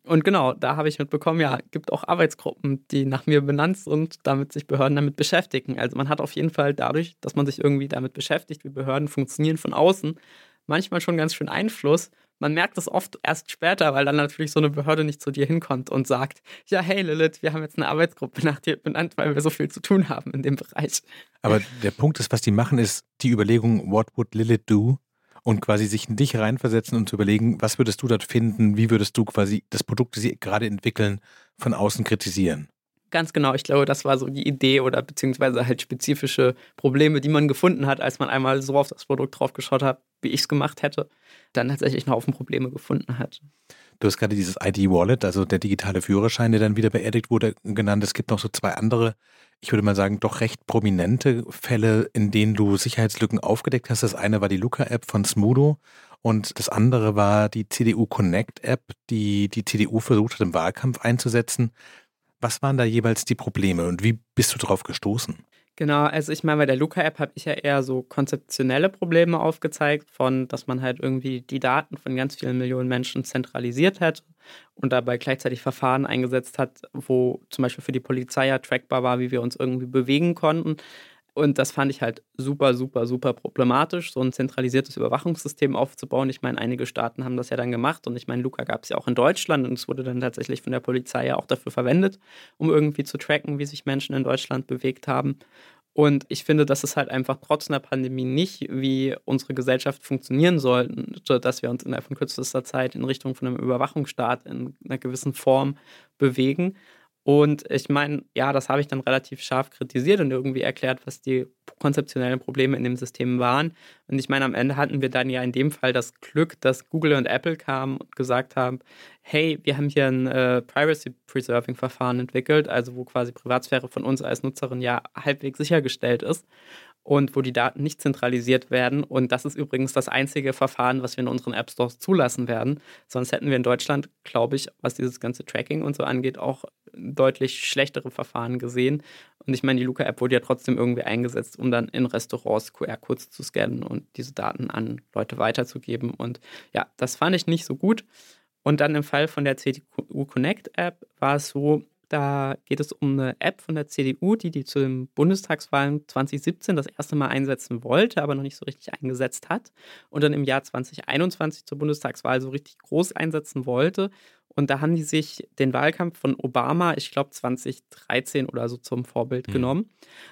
Und genau, da habe ich mitbekommen, ja, gibt auch Arbeitsgruppen, die nach mir benannt sind, damit sich Behörden damit beschäftigen. Also man hat auf jeden Fall dadurch, dass man sich irgendwie damit beschäftigt, wie Behörden funktionieren von außen, manchmal schon ganz schön Einfluss. Man merkt es oft erst später, weil dann natürlich so eine Behörde nicht zu dir hinkommt und sagt, ja, hey Lilith, wir haben jetzt eine Arbeitsgruppe nach dir benannt, weil wir so viel zu tun haben in dem Bereich. Aber der Punkt ist, was die machen, ist die Überlegung, what would Lilith do? Und quasi sich in dich reinversetzen und zu überlegen, was würdest du dort finden, wie würdest du quasi das Produkt, das sie gerade entwickeln, von außen kritisieren? Ganz genau, ich glaube, das war so die Idee oder beziehungsweise halt spezifische Probleme, die man gefunden hat, als man einmal so auf das Produkt drauf geschaut hat, wie ich es gemacht hätte, dann tatsächlich einen Haufen Probleme gefunden hat. Du hast gerade dieses ID-Wallet, also der digitale Führerschein, der dann wieder beerdigt wurde, genannt. Es gibt noch so 2 andere, ich würde mal sagen, doch recht prominente Fälle, in denen du Sicherheitslücken aufgedeckt hast. Das eine war die Luca-App von Smudo und das andere war die CDU Connect-App, die die CDU versucht hat, im Wahlkampf einzusetzen. Was waren da jeweils die Probleme und wie bist du drauf gestoßen? Genau, also ich meine, bei der Luca-App habe ich ja eher so konzeptionelle Probleme aufgezeigt, von, dass man halt irgendwie die Daten von ganz vielen Millionen Menschen zentralisiert hätte und dabei gleichzeitig Verfahren eingesetzt hat, wo zum Beispiel für die Polizei ja trackbar war, wie wir uns irgendwie bewegen konnten. Und das fand ich halt super, super, super problematisch, so ein zentralisiertes Überwachungssystem aufzubauen. Ich meine, einige Staaten haben das ja dann gemacht und ich meine, Luca gab es ja auch in Deutschland und es wurde dann tatsächlich von der Polizei ja auch dafür verwendet, um irgendwie zu tracken, wie sich Menschen in Deutschland bewegt haben. Und ich finde, dass es halt einfach trotz einer Pandemie nicht, wie unsere Gesellschaft funktionieren sollte, dass wir uns innerhalb von kürzester Zeit in Richtung von einem Überwachungsstaat in einer gewissen Form bewegen. Und ich meine, ja, das habe ich dann relativ scharf kritisiert und irgendwie erklärt, was die konzeptionellen Probleme in dem System waren. Und ich meine, am Ende hatten wir dann ja in dem Fall das Glück, dass Google und Apple kamen und gesagt haben, hey, wir haben hier ein Privacy-Preserving-Verfahren entwickelt, also wo quasi Privatsphäre von uns als Nutzerin ja halbwegs sichergestellt ist und wo die Daten nicht zentralisiert werden. Und das ist übrigens das einzige Verfahren, was wir in unseren App-Stores zulassen werden. Sonst hätten wir in Deutschland, glaube ich, was dieses ganze Tracking und so angeht, auch deutlich schlechtere Verfahren gesehen. Und ich meine, die Luca-App wurde ja trotzdem irgendwie eingesetzt, um dann in Restaurants QR-Codes zu scannen und diese Daten an Leute weiterzugeben. Und ja, das fand ich nicht so gut. Und dann im Fall von der CDU Connect-App war es so, da geht es um eine App von der CDU, die zu den Bundestagswahlen 2017 das erste Mal einsetzen wollte, aber noch nicht so richtig eingesetzt hat. Und dann im Jahr 2021 zur Bundestagswahl so richtig groß einsetzen wollte. Und da haben die sich den Wahlkampf von Obama, ich glaube 2013 oder so, zum Vorbild genommen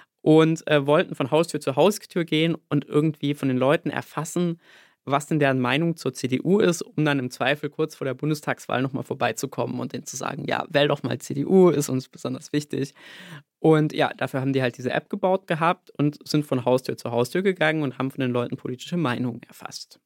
und wollten von Haustür zu Haustür gehen und irgendwie von den Leuten erfassen, was denn deren Meinung zur CDU ist, um dann im Zweifel kurz vor der Bundestagswahl nochmal vorbeizukommen und denen zu sagen, ja, wähl doch mal CDU, ist uns besonders wichtig. Und ja, dafür haben die halt diese App gebaut gehabt und sind von Haustür zu Haustür gegangen und haben von den Leuten politische Meinungen erfasst.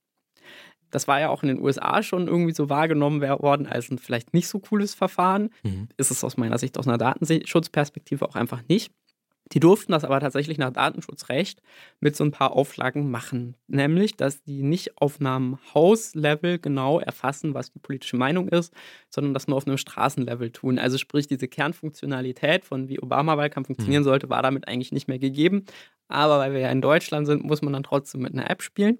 Das war ja auch in den USA schon irgendwie so wahrgenommen worden als ein vielleicht nicht so cooles Verfahren. Ist es aus meiner Sicht aus einer Datenschutzperspektive auch einfach nicht. Die durften das aber tatsächlich nach Datenschutzrecht mit so ein paar Auflagen machen. Nämlich, dass die nicht auf einem Hauslevel genau erfassen, was die politische Meinung ist, sondern das nur auf einem Straßenlevel tun. Also sprich, diese Kernfunktionalität von wie Obama-Wahlkampf funktionieren sollte, war damit eigentlich nicht mehr gegeben. Aber weil wir ja in Deutschland sind, muss man dann trotzdem mit einer App spielen.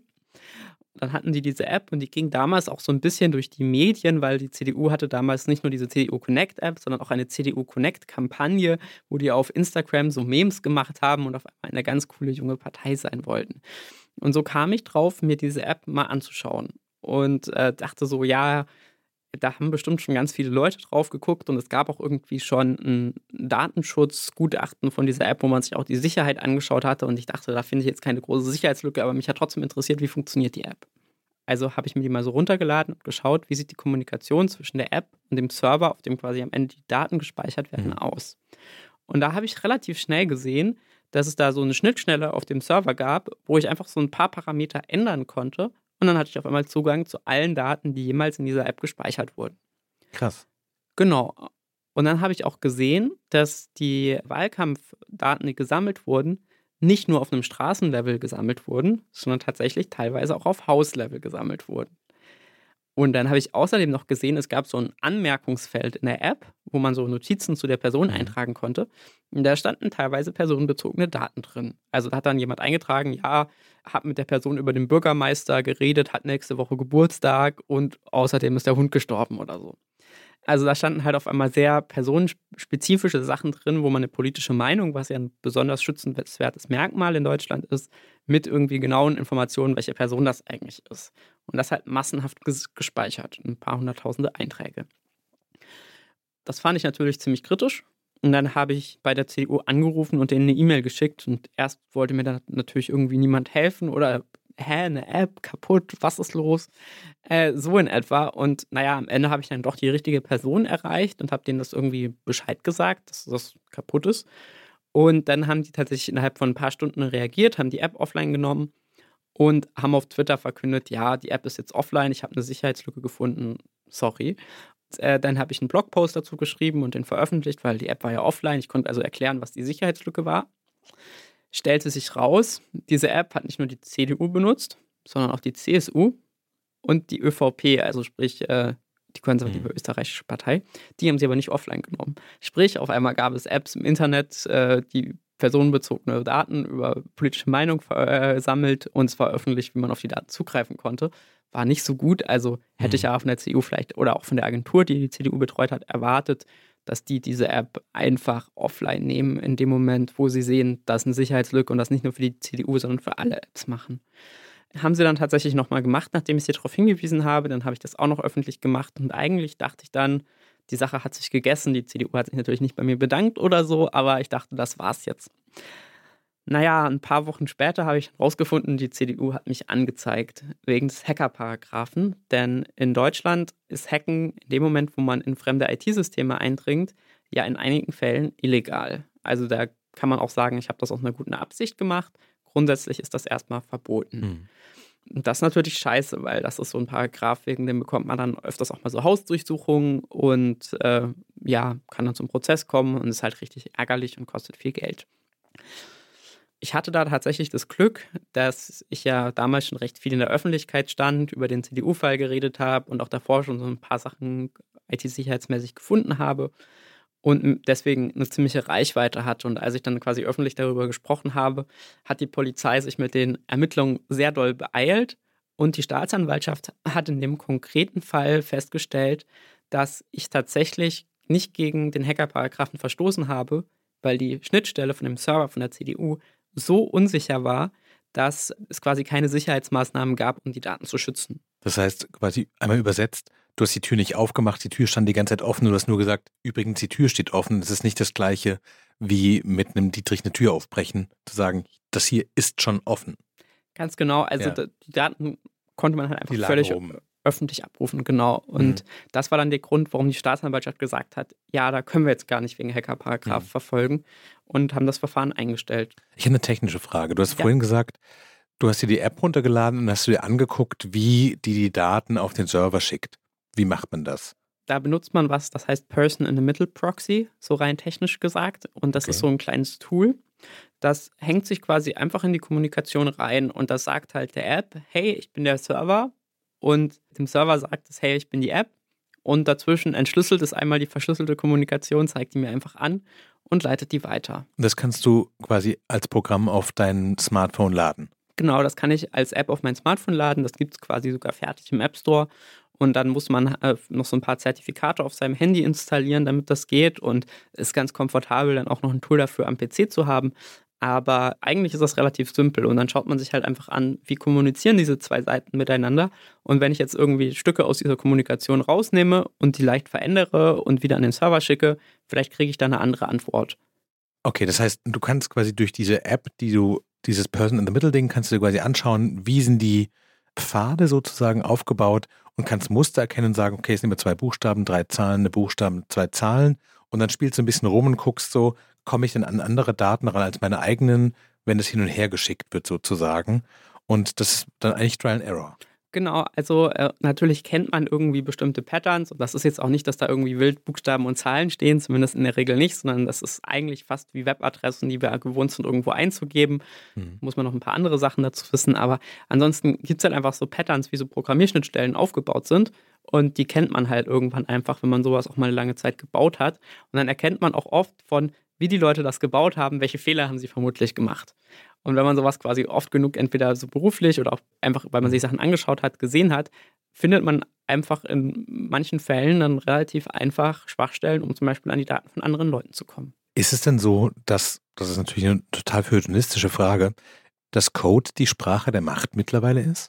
Dann hatten die diese App und die ging damals auch so ein bisschen durch die Medien, weil die CDU hatte damals nicht nur diese CDU Connect-App, sondern auch eine CDU Connect-Kampagne, wo die auf Instagram so Memes gemacht haben und auf einmal eine ganz coole junge Partei sein wollten. Und so kam ich drauf, mir diese App mal anzuschauen und dachte so, ja, da haben bestimmt schon ganz viele Leute drauf geguckt und es gab auch irgendwie schon ein Datenschutzgutachten von dieser App, wo man sich auch die Sicherheit angeschaut hatte und ich dachte, da finde ich jetzt keine große Sicherheitslücke, aber mich hat trotzdem interessiert, wie funktioniert die App. Also habe ich mir die mal so runtergeladen und geschaut, wie sieht die Kommunikation zwischen der App und dem Server, auf dem quasi am Ende die Daten gespeichert werden, aus. Und da habe ich relativ schnell gesehen, dass es da so eine Schnittstelle auf dem Server gab, wo ich einfach so ein paar Parameter ändern konnte. Und dann hatte ich auf einmal Zugang zu allen Daten, die jemals in dieser App gespeichert wurden. Krass. Genau. Und dann habe ich auch gesehen, dass die Wahlkampfdaten, die gesammelt wurden, nicht nur auf einem Straßenlevel gesammelt wurden, sondern tatsächlich teilweise auch auf Hauslevel gesammelt wurden. Und dann habe ich außerdem noch gesehen, es gab so ein Anmerkungsfeld in der App, wo man so Notizen zu der Person eintragen konnte. Und da standen teilweise personenbezogene Daten drin. Also da hat dann jemand eingetragen, ja, habe mit der Person über den Bürgermeister geredet, hat nächste Woche Geburtstag und außerdem ist der Hund gestorben oder so. Also da standen halt auf einmal sehr personenspezifische Sachen drin, wo man eine politische Meinung, was ja ein besonders schützenswertes Merkmal in Deutschland ist, mit irgendwie genauen Informationen, welche Person das eigentlich ist. Und das halt massenhaft gespeichert, ein paar hunderttausende Einträge. Das fand ich natürlich ziemlich kritisch. Und dann habe ich bei der CDU angerufen und denen eine E-Mail geschickt. Und erst wollte mir da natürlich irgendwie niemand helfen oder eine App kaputt, was ist los? So in etwa. Und naja, am Ende habe ich dann doch die richtige Person erreicht und habe denen das irgendwie Bescheid gesagt, dass das kaputt ist. Und dann haben die tatsächlich innerhalb von ein paar Stunden reagiert, haben die App offline genommen und haben auf Twitter verkündet, ja, die App ist jetzt offline, ich habe eine Sicherheitslücke gefunden, sorry. Dann habe ich einen Blogpost dazu geschrieben und den veröffentlicht, weil die App war ja offline. Ich konnte also erklären, was die Sicherheitslücke war. Stellte sich raus, diese App hat nicht nur die CDU benutzt, sondern auch die CSU und die ÖVP, also sprich die konservative österreichische Partei. Die haben sie aber nicht offline genommen. Sprich, auf einmal gab es Apps im Internet, die personenbezogene Daten über politische Meinung sammelt und es war öffentlich, wie man auf die Daten zugreifen konnte. War nicht so gut, also hätte ich ja von der CDU vielleicht oder auch von der Agentur, die die CDU betreut hat, erwartet, dass die diese App einfach offline nehmen in dem Moment, wo sie sehen, da ist eine Sicherheitslücke und das nicht nur für die CDU, sondern für alle Apps machen. Haben sie dann tatsächlich nochmal gemacht, nachdem ich sie darauf hingewiesen habe. Dann habe ich das auch noch öffentlich gemacht und eigentlich dachte ich dann, die Sache hat sich gegessen. Die CDU hat sich natürlich nicht bei mir bedankt oder so, aber ich dachte, das war's jetzt. Naja, ein paar Wochen später habe ich herausgefunden, die CDU hat mich angezeigt wegen des Hacker-Paragraphen. Denn in Deutschland ist Hacken in dem Moment, wo man in fremde IT-Systeme eindringt, ja in einigen Fällen illegal. Also da kann man auch sagen, ich habe das aus einer guten Absicht gemacht. Grundsätzlich ist das erstmal verboten. Und das ist natürlich scheiße, weil das ist so ein Paragraph, wegen dem bekommt man dann öfters auch mal so Hausdurchsuchungen und ja, kann dann zum Prozess kommen und ist halt richtig ärgerlich und kostet viel Geld. Ich hatte da tatsächlich das Glück, dass ich ja damals schon recht viel in der Öffentlichkeit stand, über den CDU-Fall geredet habe und auch davor schon so ein paar Sachen IT-sicherheitsmäßig gefunden habe und deswegen eine ziemliche Reichweite hatte. Und als ich dann quasi öffentlich darüber gesprochen habe, hat die Polizei sich mit den Ermittlungen sehr doll beeilt und die Staatsanwaltschaft hat in dem konkreten Fall festgestellt, dass ich tatsächlich nicht gegen den Hacker-Paragraphen verstoßen habe, weil die Schnittstelle von dem Server von der CDU so unsicher war, dass es quasi keine Sicherheitsmaßnahmen gab, um die Daten zu schützen. Das heißt, quasi einmal übersetzt, du hast die Tür nicht aufgemacht, die Tür stand die ganze Zeit offen, du hast nur gesagt, übrigens, die Tür steht offen. Das ist nicht das Gleiche wie mit einem Dietrich eine Tür aufbrechen, zu sagen, das hier ist schon offen. Ganz genau, also die Daten konnte man halt einfach völlig öffentlich abrufen, genau. Und das war dann der Grund, warum die Staatsanwaltschaft gesagt hat, ja, da können wir jetzt gar nicht wegen Hacker-Paragraph verfolgen und haben das Verfahren eingestellt. Ich habe eine technische Frage. Du hast vorhin gesagt, du hast dir die App runtergeladen und hast du dir angeguckt, wie die Daten auf den Server schickt. Wie macht man das? Da benutzt man was, das heißt Person-in-the-Middle-Proxy, so rein technisch gesagt. Und das ist so ein kleines Tool. Das hängt sich quasi einfach in die Kommunikation rein und das sagt halt der App, hey, ich bin der Server. Und dem Server sagt es, hey, ich bin die App. Und dazwischen entschlüsselt es einmal die verschlüsselte Kommunikation, zeigt die mir einfach an und leitet die weiter. Das kannst du quasi als Programm auf dein Smartphone laden? Genau, das kann ich als App auf mein Smartphone laden. Das gibt es quasi sogar fertig im App Store. Und dann muss man noch so ein paar Zertifikate auf seinem Handy installieren, damit das geht. Und es ist ganz komfortabel, dann auch noch ein Tool dafür am PC zu haben. Aber eigentlich ist das relativ simpel und dann schaut man sich halt einfach an, wie kommunizieren diese zwei Seiten miteinander. Und wenn ich jetzt irgendwie Stücke aus dieser Kommunikation rausnehme und die leicht verändere und wieder an den Server schicke, vielleicht kriege ich da eine andere Antwort. Okay, das heißt, du kannst quasi durch diese App, dieses Person-in-the-Middle-Ding, kannst du dir quasi anschauen, wie sind die Pfade sozusagen aufgebaut und kannst Muster erkennen und sagen, okay, es sind immer 2 Buchstaben, 3 Zahlen, eine Buchstaben, 2 Zahlen und dann spielst du ein bisschen rum und guckst so, komme ich denn an andere Daten ran als meine eigenen, wenn das hin und her geschickt wird sozusagen. Und das ist dann eigentlich Trial and Error. Genau, also natürlich kennt man irgendwie bestimmte Patterns und das ist jetzt auch nicht, dass da irgendwie wild Buchstaben und Zahlen stehen, zumindest in der Regel nicht, sondern das ist eigentlich fast wie Webadressen, die wir gewohnt sind, irgendwo einzugeben. Muss man noch ein paar andere Sachen dazu wissen, aber ansonsten gibt es halt einfach so Patterns, wie so Programmierschnittstellen aufgebaut sind und die kennt man halt irgendwann einfach, wenn man sowas auch mal eine lange Zeit gebaut hat und dann erkennt man auch oft von, wie die Leute das gebaut haben, welche Fehler haben sie vermutlich gemacht. Und wenn man sowas quasi oft genug entweder so beruflich oder auch einfach, weil man sich Sachen angeschaut hat, gesehen hat, findet man einfach in manchen Fällen dann relativ einfach Schwachstellen, um zum Beispiel an die Daten von anderen Leuten zu kommen. Ist es denn so, dass, das ist natürlich eine total feuilletonistische Frage, dass Code die Sprache der Macht mittlerweile ist?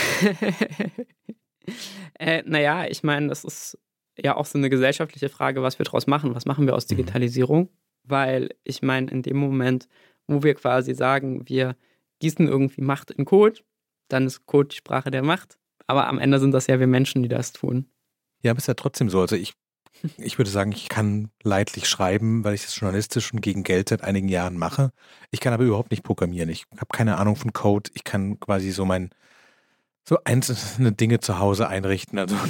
Naja, ich meine, das ist ja auch so eine gesellschaftliche Frage, was wir daraus machen. Was machen wir aus Digitalisierung? Weil ich meine, in dem Moment, wo wir quasi sagen, wir gießen irgendwie Macht in Code, dann ist Code die Sprache der Macht. Aber am Ende sind das ja wir Menschen, die das tun. Ja, aber ist ja trotzdem so. Also ich würde sagen, ich kann leidlich schreiben, weil ich das journalistisch schon gegen Geld seit einigen Jahren mache. Ich kann aber überhaupt nicht programmieren. Ich habe keine Ahnung von Code. Ich kann quasi so einzelne Dinge zu Hause einrichten. Also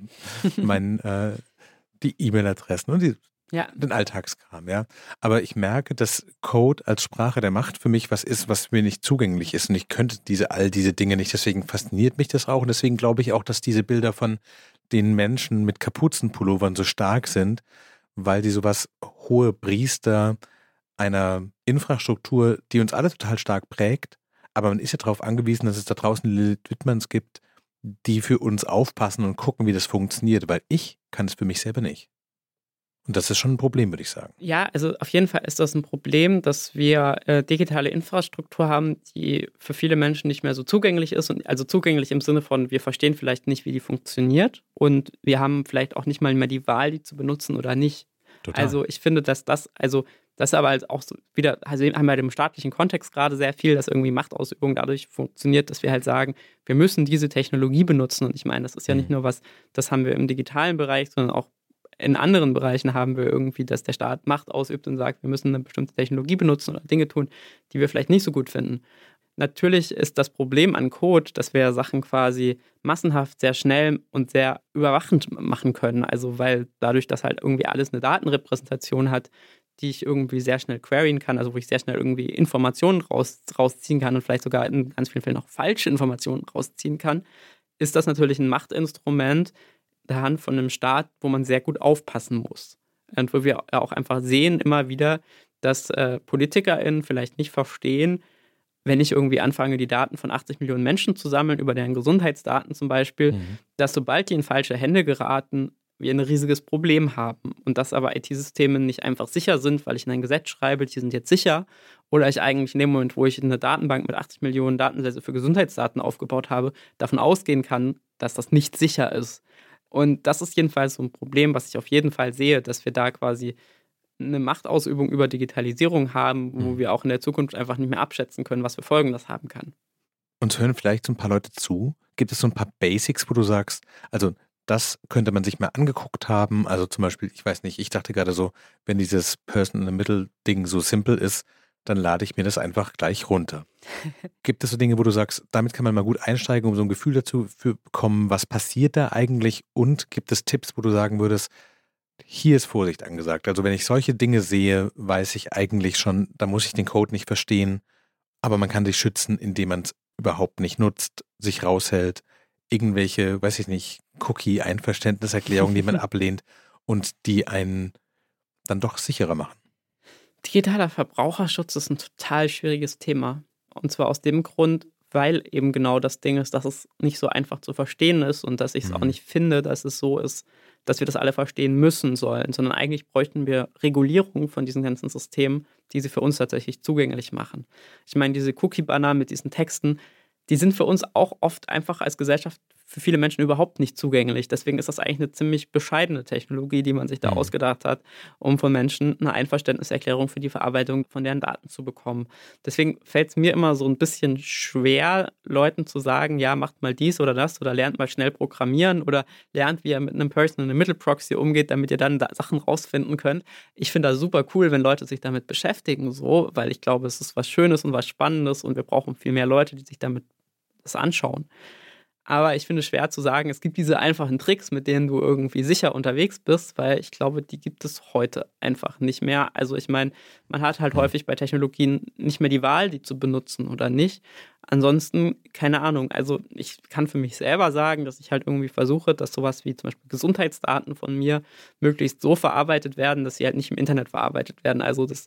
die E-Mail-Adressen und den Alltagskram, ja. Aber ich merke, dass Code als Sprache der Macht für mich was ist, was mir nicht zugänglich ist. Und ich könnte all diese Dinge nicht. Deswegen fasziniert mich das auch. Und deswegen glaube ich auch, dass diese Bilder von den Menschen mit Kapuzenpullovern so stark sind, weil die sowas hohe Priester einer Infrastruktur, die uns alle total stark prägt. Aber man ist ja darauf angewiesen, dass es da draußen Lilith Wittmanns gibt, die für uns aufpassen und gucken, wie das funktioniert. Weil ich kann es für mich selber nicht. Und das ist schon ein Problem, würde ich sagen. Ja, also auf jeden Fall ist das ein Problem, dass wir digitale Infrastruktur haben, die für viele Menschen nicht mehr so zugänglich ist. Und also zugänglich im Sinne von, wir verstehen vielleicht nicht, wie die funktioniert. Und wir haben vielleicht auch nicht mal mehr die Wahl, die zu benutzen oder nicht. Total. Also ich finde, dass das aber halt auch so wieder, also haben wir im staatlichen Kontext gerade sehr viel, dass irgendwie Machtausübung dadurch funktioniert, dass wir halt sagen, wir müssen diese Technologie benutzen. Und ich meine, das ist ja nicht nur was, das haben wir im digitalen Bereich, sondern auch in anderen Bereichen haben wir irgendwie, dass der Staat Macht ausübt und sagt, wir müssen eine bestimmte Technologie benutzen oder Dinge tun, die wir vielleicht nicht so gut finden. Natürlich ist das Problem an Code, dass wir Sachen quasi massenhaft sehr schnell und sehr überwachend machen können. Also weil dadurch, dass halt irgendwie alles eine Datenrepräsentation hat, die ich irgendwie sehr schnell queryen kann, also wo ich sehr schnell irgendwie Informationen rausziehen kann und vielleicht sogar in ganz vielen Fällen auch falsche Informationen rausziehen kann, ist das natürlich ein Machtinstrument der Hand von einem Staat, wo man sehr gut aufpassen muss. Und wo wir auch einfach sehen immer wieder, dass PolitikerInnen vielleicht nicht verstehen, wenn ich irgendwie anfange, die Daten von 80 Millionen Menschen zu sammeln, über deren Gesundheitsdaten zum Beispiel, dass sobald die in falsche Hände geraten, wir ein riesiges Problem haben. Und dass aber IT-Systeme nicht einfach sicher sind, weil ich in ein Gesetz schreibe, die sind jetzt sicher. Oder ich eigentlich in dem Moment, wo ich eine Datenbank mit 80 Millionen Datensätze für Gesundheitsdaten aufgebaut habe, davon ausgehen kann, dass das nicht sicher ist. Und das ist jedenfalls so ein Problem, was ich auf jeden Fall sehe, dass wir da quasi eine Machtausübung über Digitalisierung haben, wo wir auch in der Zukunft einfach nicht mehr abschätzen können, was für Folgen das haben kann. Uns hören vielleicht so ein paar Leute zu. Gibt es so ein paar Basics, wo du sagst, also das könnte man sich mal angeguckt haben? Also zum Beispiel, ich weiß nicht, ich dachte gerade so, wenn dieses Person-in-the-Middle-Ding so simpel ist, dann lade ich mir das einfach gleich runter. Gibt es so Dinge, wo du sagst, damit kann man mal gut einsteigen, um so ein Gefühl dazu zu bekommen, was passiert da eigentlich? Und gibt es Tipps, wo du sagen würdest, hier ist Vorsicht angesagt. Also wenn ich solche Dinge sehe, weiß ich eigentlich schon, da muss ich den Code nicht verstehen, aber man kann sich schützen, indem man es überhaupt nicht nutzt, sich raushält, irgendwelche, weiß ich nicht, Cookie-Einverständniserklärungen, die man ablehnt und die einen dann doch sicherer machen. Digitaler Verbraucherschutz ist ein total schwieriges Thema. Und zwar aus dem Grund, weil eben genau das Ding ist, dass es nicht so einfach zu verstehen ist und dass ich es auch nicht finde, dass es so ist, dass wir das alle verstehen müssen sollen, sondern eigentlich bräuchten wir Regulierung von diesen ganzen Systemen, die sie für uns tatsächlich zugänglich machen. Ich meine, diese Cookie-Banner mit diesen Texten, die sind für uns auch oft einfach als Gesellschaft für viele Menschen überhaupt nicht zugänglich. Deswegen ist das eigentlich eine ziemlich bescheidene Technologie, die man sich da ausgedacht hat, um von Menschen eine Einverständniserklärung für die Verarbeitung von deren Daten zu bekommen. Deswegen fällt es mir immer so ein bisschen schwer, Leuten zu sagen, ja, macht mal dies oder das oder lernt mal schnell programmieren oder lernt, wie ihr mit einem Person-in-the-Middle-Proxy umgeht, damit ihr dann Sachen rausfinden könnt. Ich finde das super cool, wenn Leute sich damit beschäftigen, so, weil ich glaube, es ist was Schönes und was Spannendes und wir brauchen viel mehr Leute, die sich damit das anschauen. Aber ich finde es schwer zu sagen, es gibt diese einfachen Tricks, mit denen du irgendwie sicher unterwegs bist, weil ich glaube, die gibt es heute einfach nicht mehr. Also ich meine, man hat halt häufig bei Technologien nicht mehr die Wahl, die zu benutzen oder nicht. Ansonsten, keine Ahnung, also ich kann für mich selber sagen, dass ich halt irgendwie versuche, dass sowas wie zum Beispiel Gesundheitsdaten von mir möglichst so verarbeitet werden, dass sie halt nicht im Internet verarbeitet werden. Also dass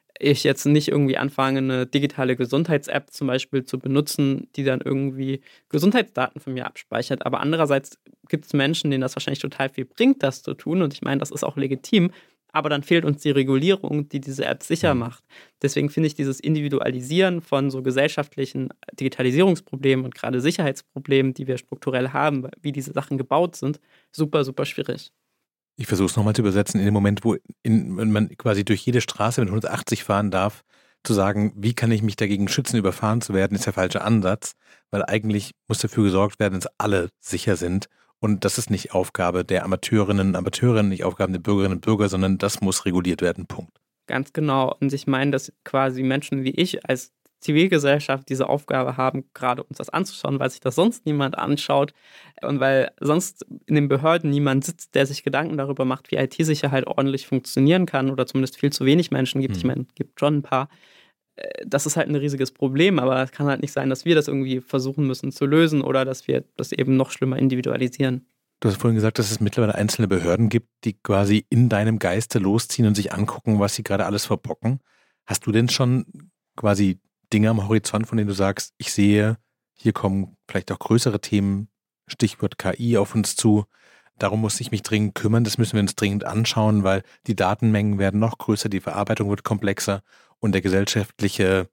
ich jetzt nicht irgendwie anfange, eine digitale Gesundheits-App zum Beispiel zu benutzen, die dann irgendwie Gesundheitsdaten von mir abspeichert. Aber andererseits gibt es Menschen, denen das wahrscheinlich total viel bringt, das zu tun. Und ich meine, das ist auch legitim. Aber dann fehlt uns die Regulierung, die diese App sicher macht. Deswegen finde ich dieses Individualisieren von so gesellschaftlichen Digitalisierungsproblemen und gerade Sicherheitsproblemen, die wir strukturell haben, wie diese Sachen gebaut sind, super, super schwierig. Ich versuche es nochmal zu übersetzen, in dem Moment, wenn man quasi durch jede Straße mit 180 fahren darf, zu sagen, wie kann ich mich dagegen schützen, überfahren zu werden, ist der falsche Ansatz, weil eigentlich muss dafür gesorgt werden, dass alle sicher sind. Und das ist nicht Aufgabe der Amateurinnen und Amateure, nicht Aufgabe der Bürgerinnen und Bürger, sondern das muss reguliert werden, Punkt. Ganz genau. Und ich meine, dass quasi Menschen wie ich als Zivilgesellschaft diese Aufgabe haben, gerade uns das anzuschauen, weil sich das sonst niemand anschaut und weil sonst in den Behörden niemand sitzt, der sich Gedanken darüber macht, wie IT-Sicherheit ordentlich funktionieren kann oder zumindest viel zu wenig Menschen gibt. Ich meine, es gibt schon ein paar. Das ist halt ein riesiges Problem, aber es kann halt nicht sein, dass wir das irgendwie versuchen müssen zu lösen oder dass wir das eben noch schlimmer individualisieren. Du hast vorhin gesagt, dass es mittlerweile einzelne Behörden gibt, die quasi in deinem Geiste losziehen und sich angucken, was sie gerade alles verbocken. Hast du denn schon quasi Dinge am Horizont, von denen du sagst, ich sehe, hier kommen vielleicht auch größere Themen, Stichwort KI auf uns zu. Darum muss ich mich dringend kümmern, das müssen wir uns dringend anschauen, weil die Datenmengen werden noch größer, die Verarbeitung wird komplexer und der gesellschaftliche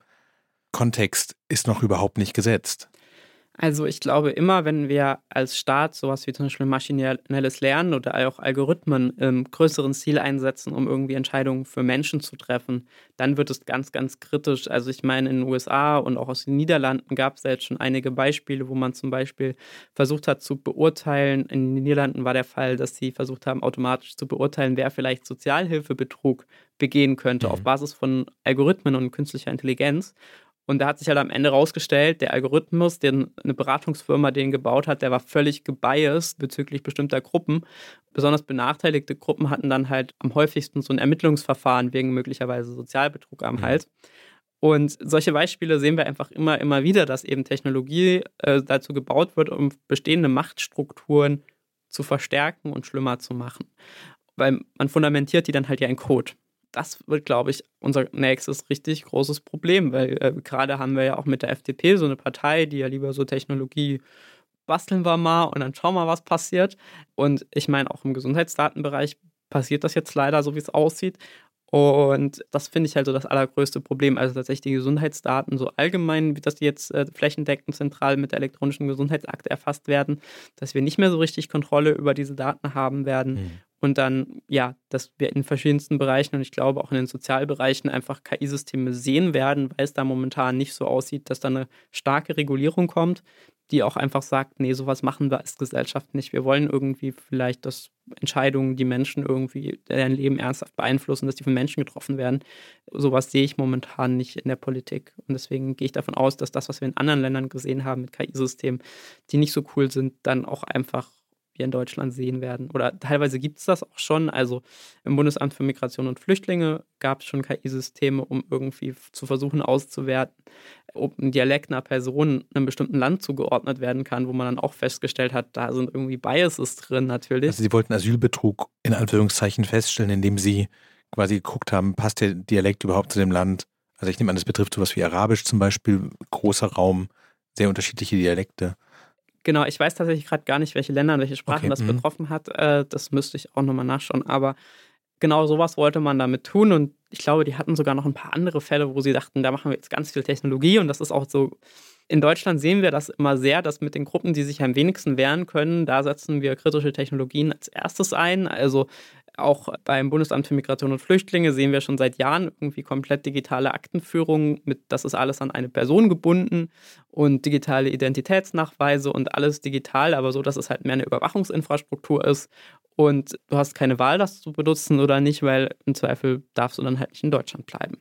Kontext ist noch überhaupt nicht gesetzt. Also ich glaube, immer wenn wir als Staat sowas wie zum Beispiel maschinelles Lernen oder auch Algorithmen im größeren Stil einsetzen, um irgendwie Entscheidungen für Menschen zu treffen, dann wird es ganz, ganz kritisch. Also ich meine, in den USA und auch aus den Niederlanden gab es ja jetzt schon einige Beispiele, wo man zum Beispiel versucht hat zu beurteilen. In den Niederlanden war der Fall, dass sie versucht haben, automatisch zu beurteilen, wer vielleicht Sozialhilfebetrug begehen könnte auf Basis von Algorithmen und künstlicher Intelligenz. Und da hat sich halt am Ende rausgestellt, der Algorithmus, den eine Beratungsfirma den gebaut hat, der war völlig gebiased bezüglich bestimmter Gruppen. Besonders benachteiligte Gruppen hatten dann halt am häufigsten so ein Ermittlungsverfahren wegen möglicherweise Sozialbetrug am Hals. Und solche Beispiele sehen wir einfach immer, immer wieder, dass eben Technologie dazu gebaut wird, um bestehende Machtstrukturen zu verstärken und schlimmer zu machen. Weil man fundamentiert die dann halt ja in Code. Das wird, glaube ich, unser nächstes richtig großes Problem, weil gerade haben wir ja auch mit der FDP so eine Partei, die ja lieber so Technologie basteln wir mal und dann schauen wir, was passiert. Und ich meine, auch im Gesundheitsdatenbereich passiert das jetzt leider so, wie es aussieht. Und das finde ich halt so das allergrößte Problem. Also tatsächlich die Gesundheitsdaten so allgemein, wie das jetzt flächendeckend zentral mit der elektronischen Gesundheitsakte erfasst werden, dass wir nicht mehr so richtig Kontrolle über diese Daten haben werden. Und dann, ja, dass wir in verschiedensten Bereichen und ich glaube auch in den Sozialbereichen einfach KI-Systeme sehen werden, weil es da momentan nicht so aussieht, dass da eine starke Regulierung kommt, die auch einfach sagt, nee, sowas machen wir als Gesellschaft nicht. Wir wollen irgendwie vielleicht, dass Entscheidungen, die Menschen irgendwie deren Leben ernsthaft beeinflussen, dass die von Menschen getroffen werden. Sowas sehe ich momentan nicht in der Politik. Und deswegen gehe ich davon aus, dass das, was wir in anderen Ländern gesehen haben mit KI-Systemen, die nicht so cool sind, dann auch einfach wir in Deutschland sehen werden. Oder teilweise gibt es das auch schon. Also im Bundesamt für Migration und Flüchtlinge gab es schon KI-Systeme, um irgendwie zu versuchen auszuwerten, ob ein Dialekt einer Person einem bestimmten Land zugeordnet werden kann, wo man dann auch festgestellt hat, da sind irgendwie Biases drin natürlich. Also Sie wollten Asylbetrug in Anführungszeichen feststellen, indem Sie quasi geguckt haben, passt der Dialekt überhaupt zu dem Land? Also ich nehme an, das betrifft sowas wie Arabisch zum Beispiel, großer Raum, sehr unterschiedliche Dialekte. Genau, ich weiß tatsächlich gerade gar nicht, welche Länder und welche Sprachen das betroffen hat. Das müsste ich auch nochmal nachschauen. Aber genau sowas wollte man damit tun. Und ich glaube, die hatten sogar noch ein paar andere Fälle, wo sie dachten, da machen wir jetzt ganz viel Technologie. Und das ist auch so, in Deutschland sehen wir das immer sehr, dass mit den Gruppen, die sich am wenigsten wehren können, da setzen wir kritische Technologien als erstes ein. Also auch beim Bundesamt für Migration und Flüchtlinge sehen wir schon seit Jahren irgendwie komplett digitale Aktenführung das ist alles an eine Person gebunden und digitale Identitätsnachweise und alles digital, aber so, dass es halt mehr eine Überwachungsinfrastruktur ist und du hast keine Wahl, das zu benutzen oder nicht, weil im Zweifel darfst du dann halt nicht in Deutschland bleiben.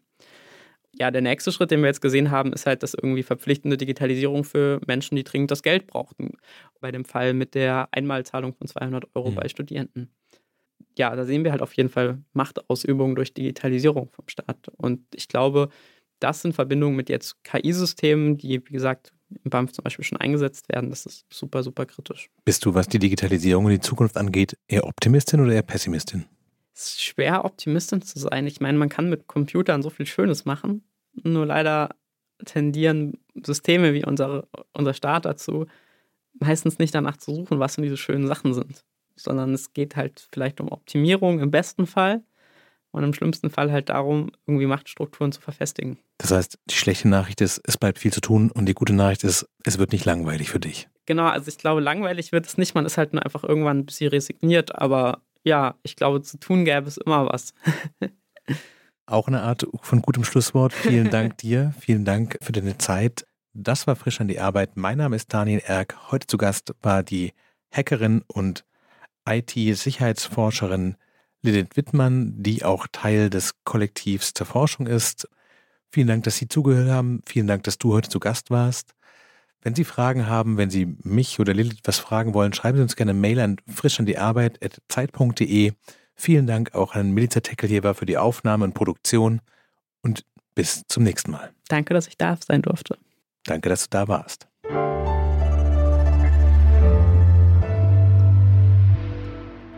Ja, der nächste Schritt, den wir jetzt gesehen haben, ist halt das irgendwie verpflichtende Digitalisierung für Menschen, die dringend das Geld brauchten. Bei dem Fall mit der Einmalzahlung von 200 € bei Studierenden. Ja, da sehen wir halt auf jeden Fall Machtausübung durch Digitalisierung vom Staat. Und ich glaube, das in Verbindung mit jetzt KI-Systemen, die, wie gesagt, im BAMF zum Beispiel schon eingesetzt werden, das ist super, super kritisch. Bist du, was die Digitalisierung und die Zukunft angeht, eher Optimistin oder eher Pessimistin? Es ist schwer, Optimistin zu sein. Ich meine, man kann mit Computern so viel Schönes machen. Nur leider tendieren Systeme wie unser Staat dazu, meistens nicht danach zu suchen, was denn diese schönen Sachen sind. Sondern es geht halt vielleicht um Optimierung im besten Fall und im schlimmsten Fall halt darum, irgendwie Machtstrukturen zu verfestigen. Das heißt, die schlechte Nachricht ist, es bleibt viel zu tun und die gute Nachricht ist, es wird nicht langweilig für dich. Genau, also ich glaube, langweilig wird es nicht. Man ist halt nur einfach irgendwann ein bisschen resigniert, aber ja, ich glaube, zu tun gäbe es immer was. Auch eine Art von gutem Schlusswort. Vielen Dank dir, vielen Dank für deine Zeit. Das war Frisch an die Arbeit. Mein Name ist Daniel Erck. Heute zu Gast war die Hackerin und IT-Sicherheitsforscherin Lilith Wittmann, die auch Teil des Kollektivs zur Forschung ist. Vielen Dank, dass Sie zugehört haben. Vielen Dank, dass du heute zu Gast warst. Wenn Sie Fragen haben, wenn Sie mich oder Lilith was fragen wollen, schreiben Sie uns gerne eine Mail an frischandiarbeit@zeit.de. Vielen Dank auch an Milica Tekeljewa für die Aufnahme und Produktion und bis zum nächsten Mal. Danke, dass ich da sein durfte. Danke, dass du da warst.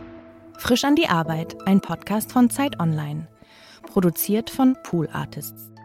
Frisch an die Arbeit, ein Podcast von Zeit Online. Produziert von Pool Artists.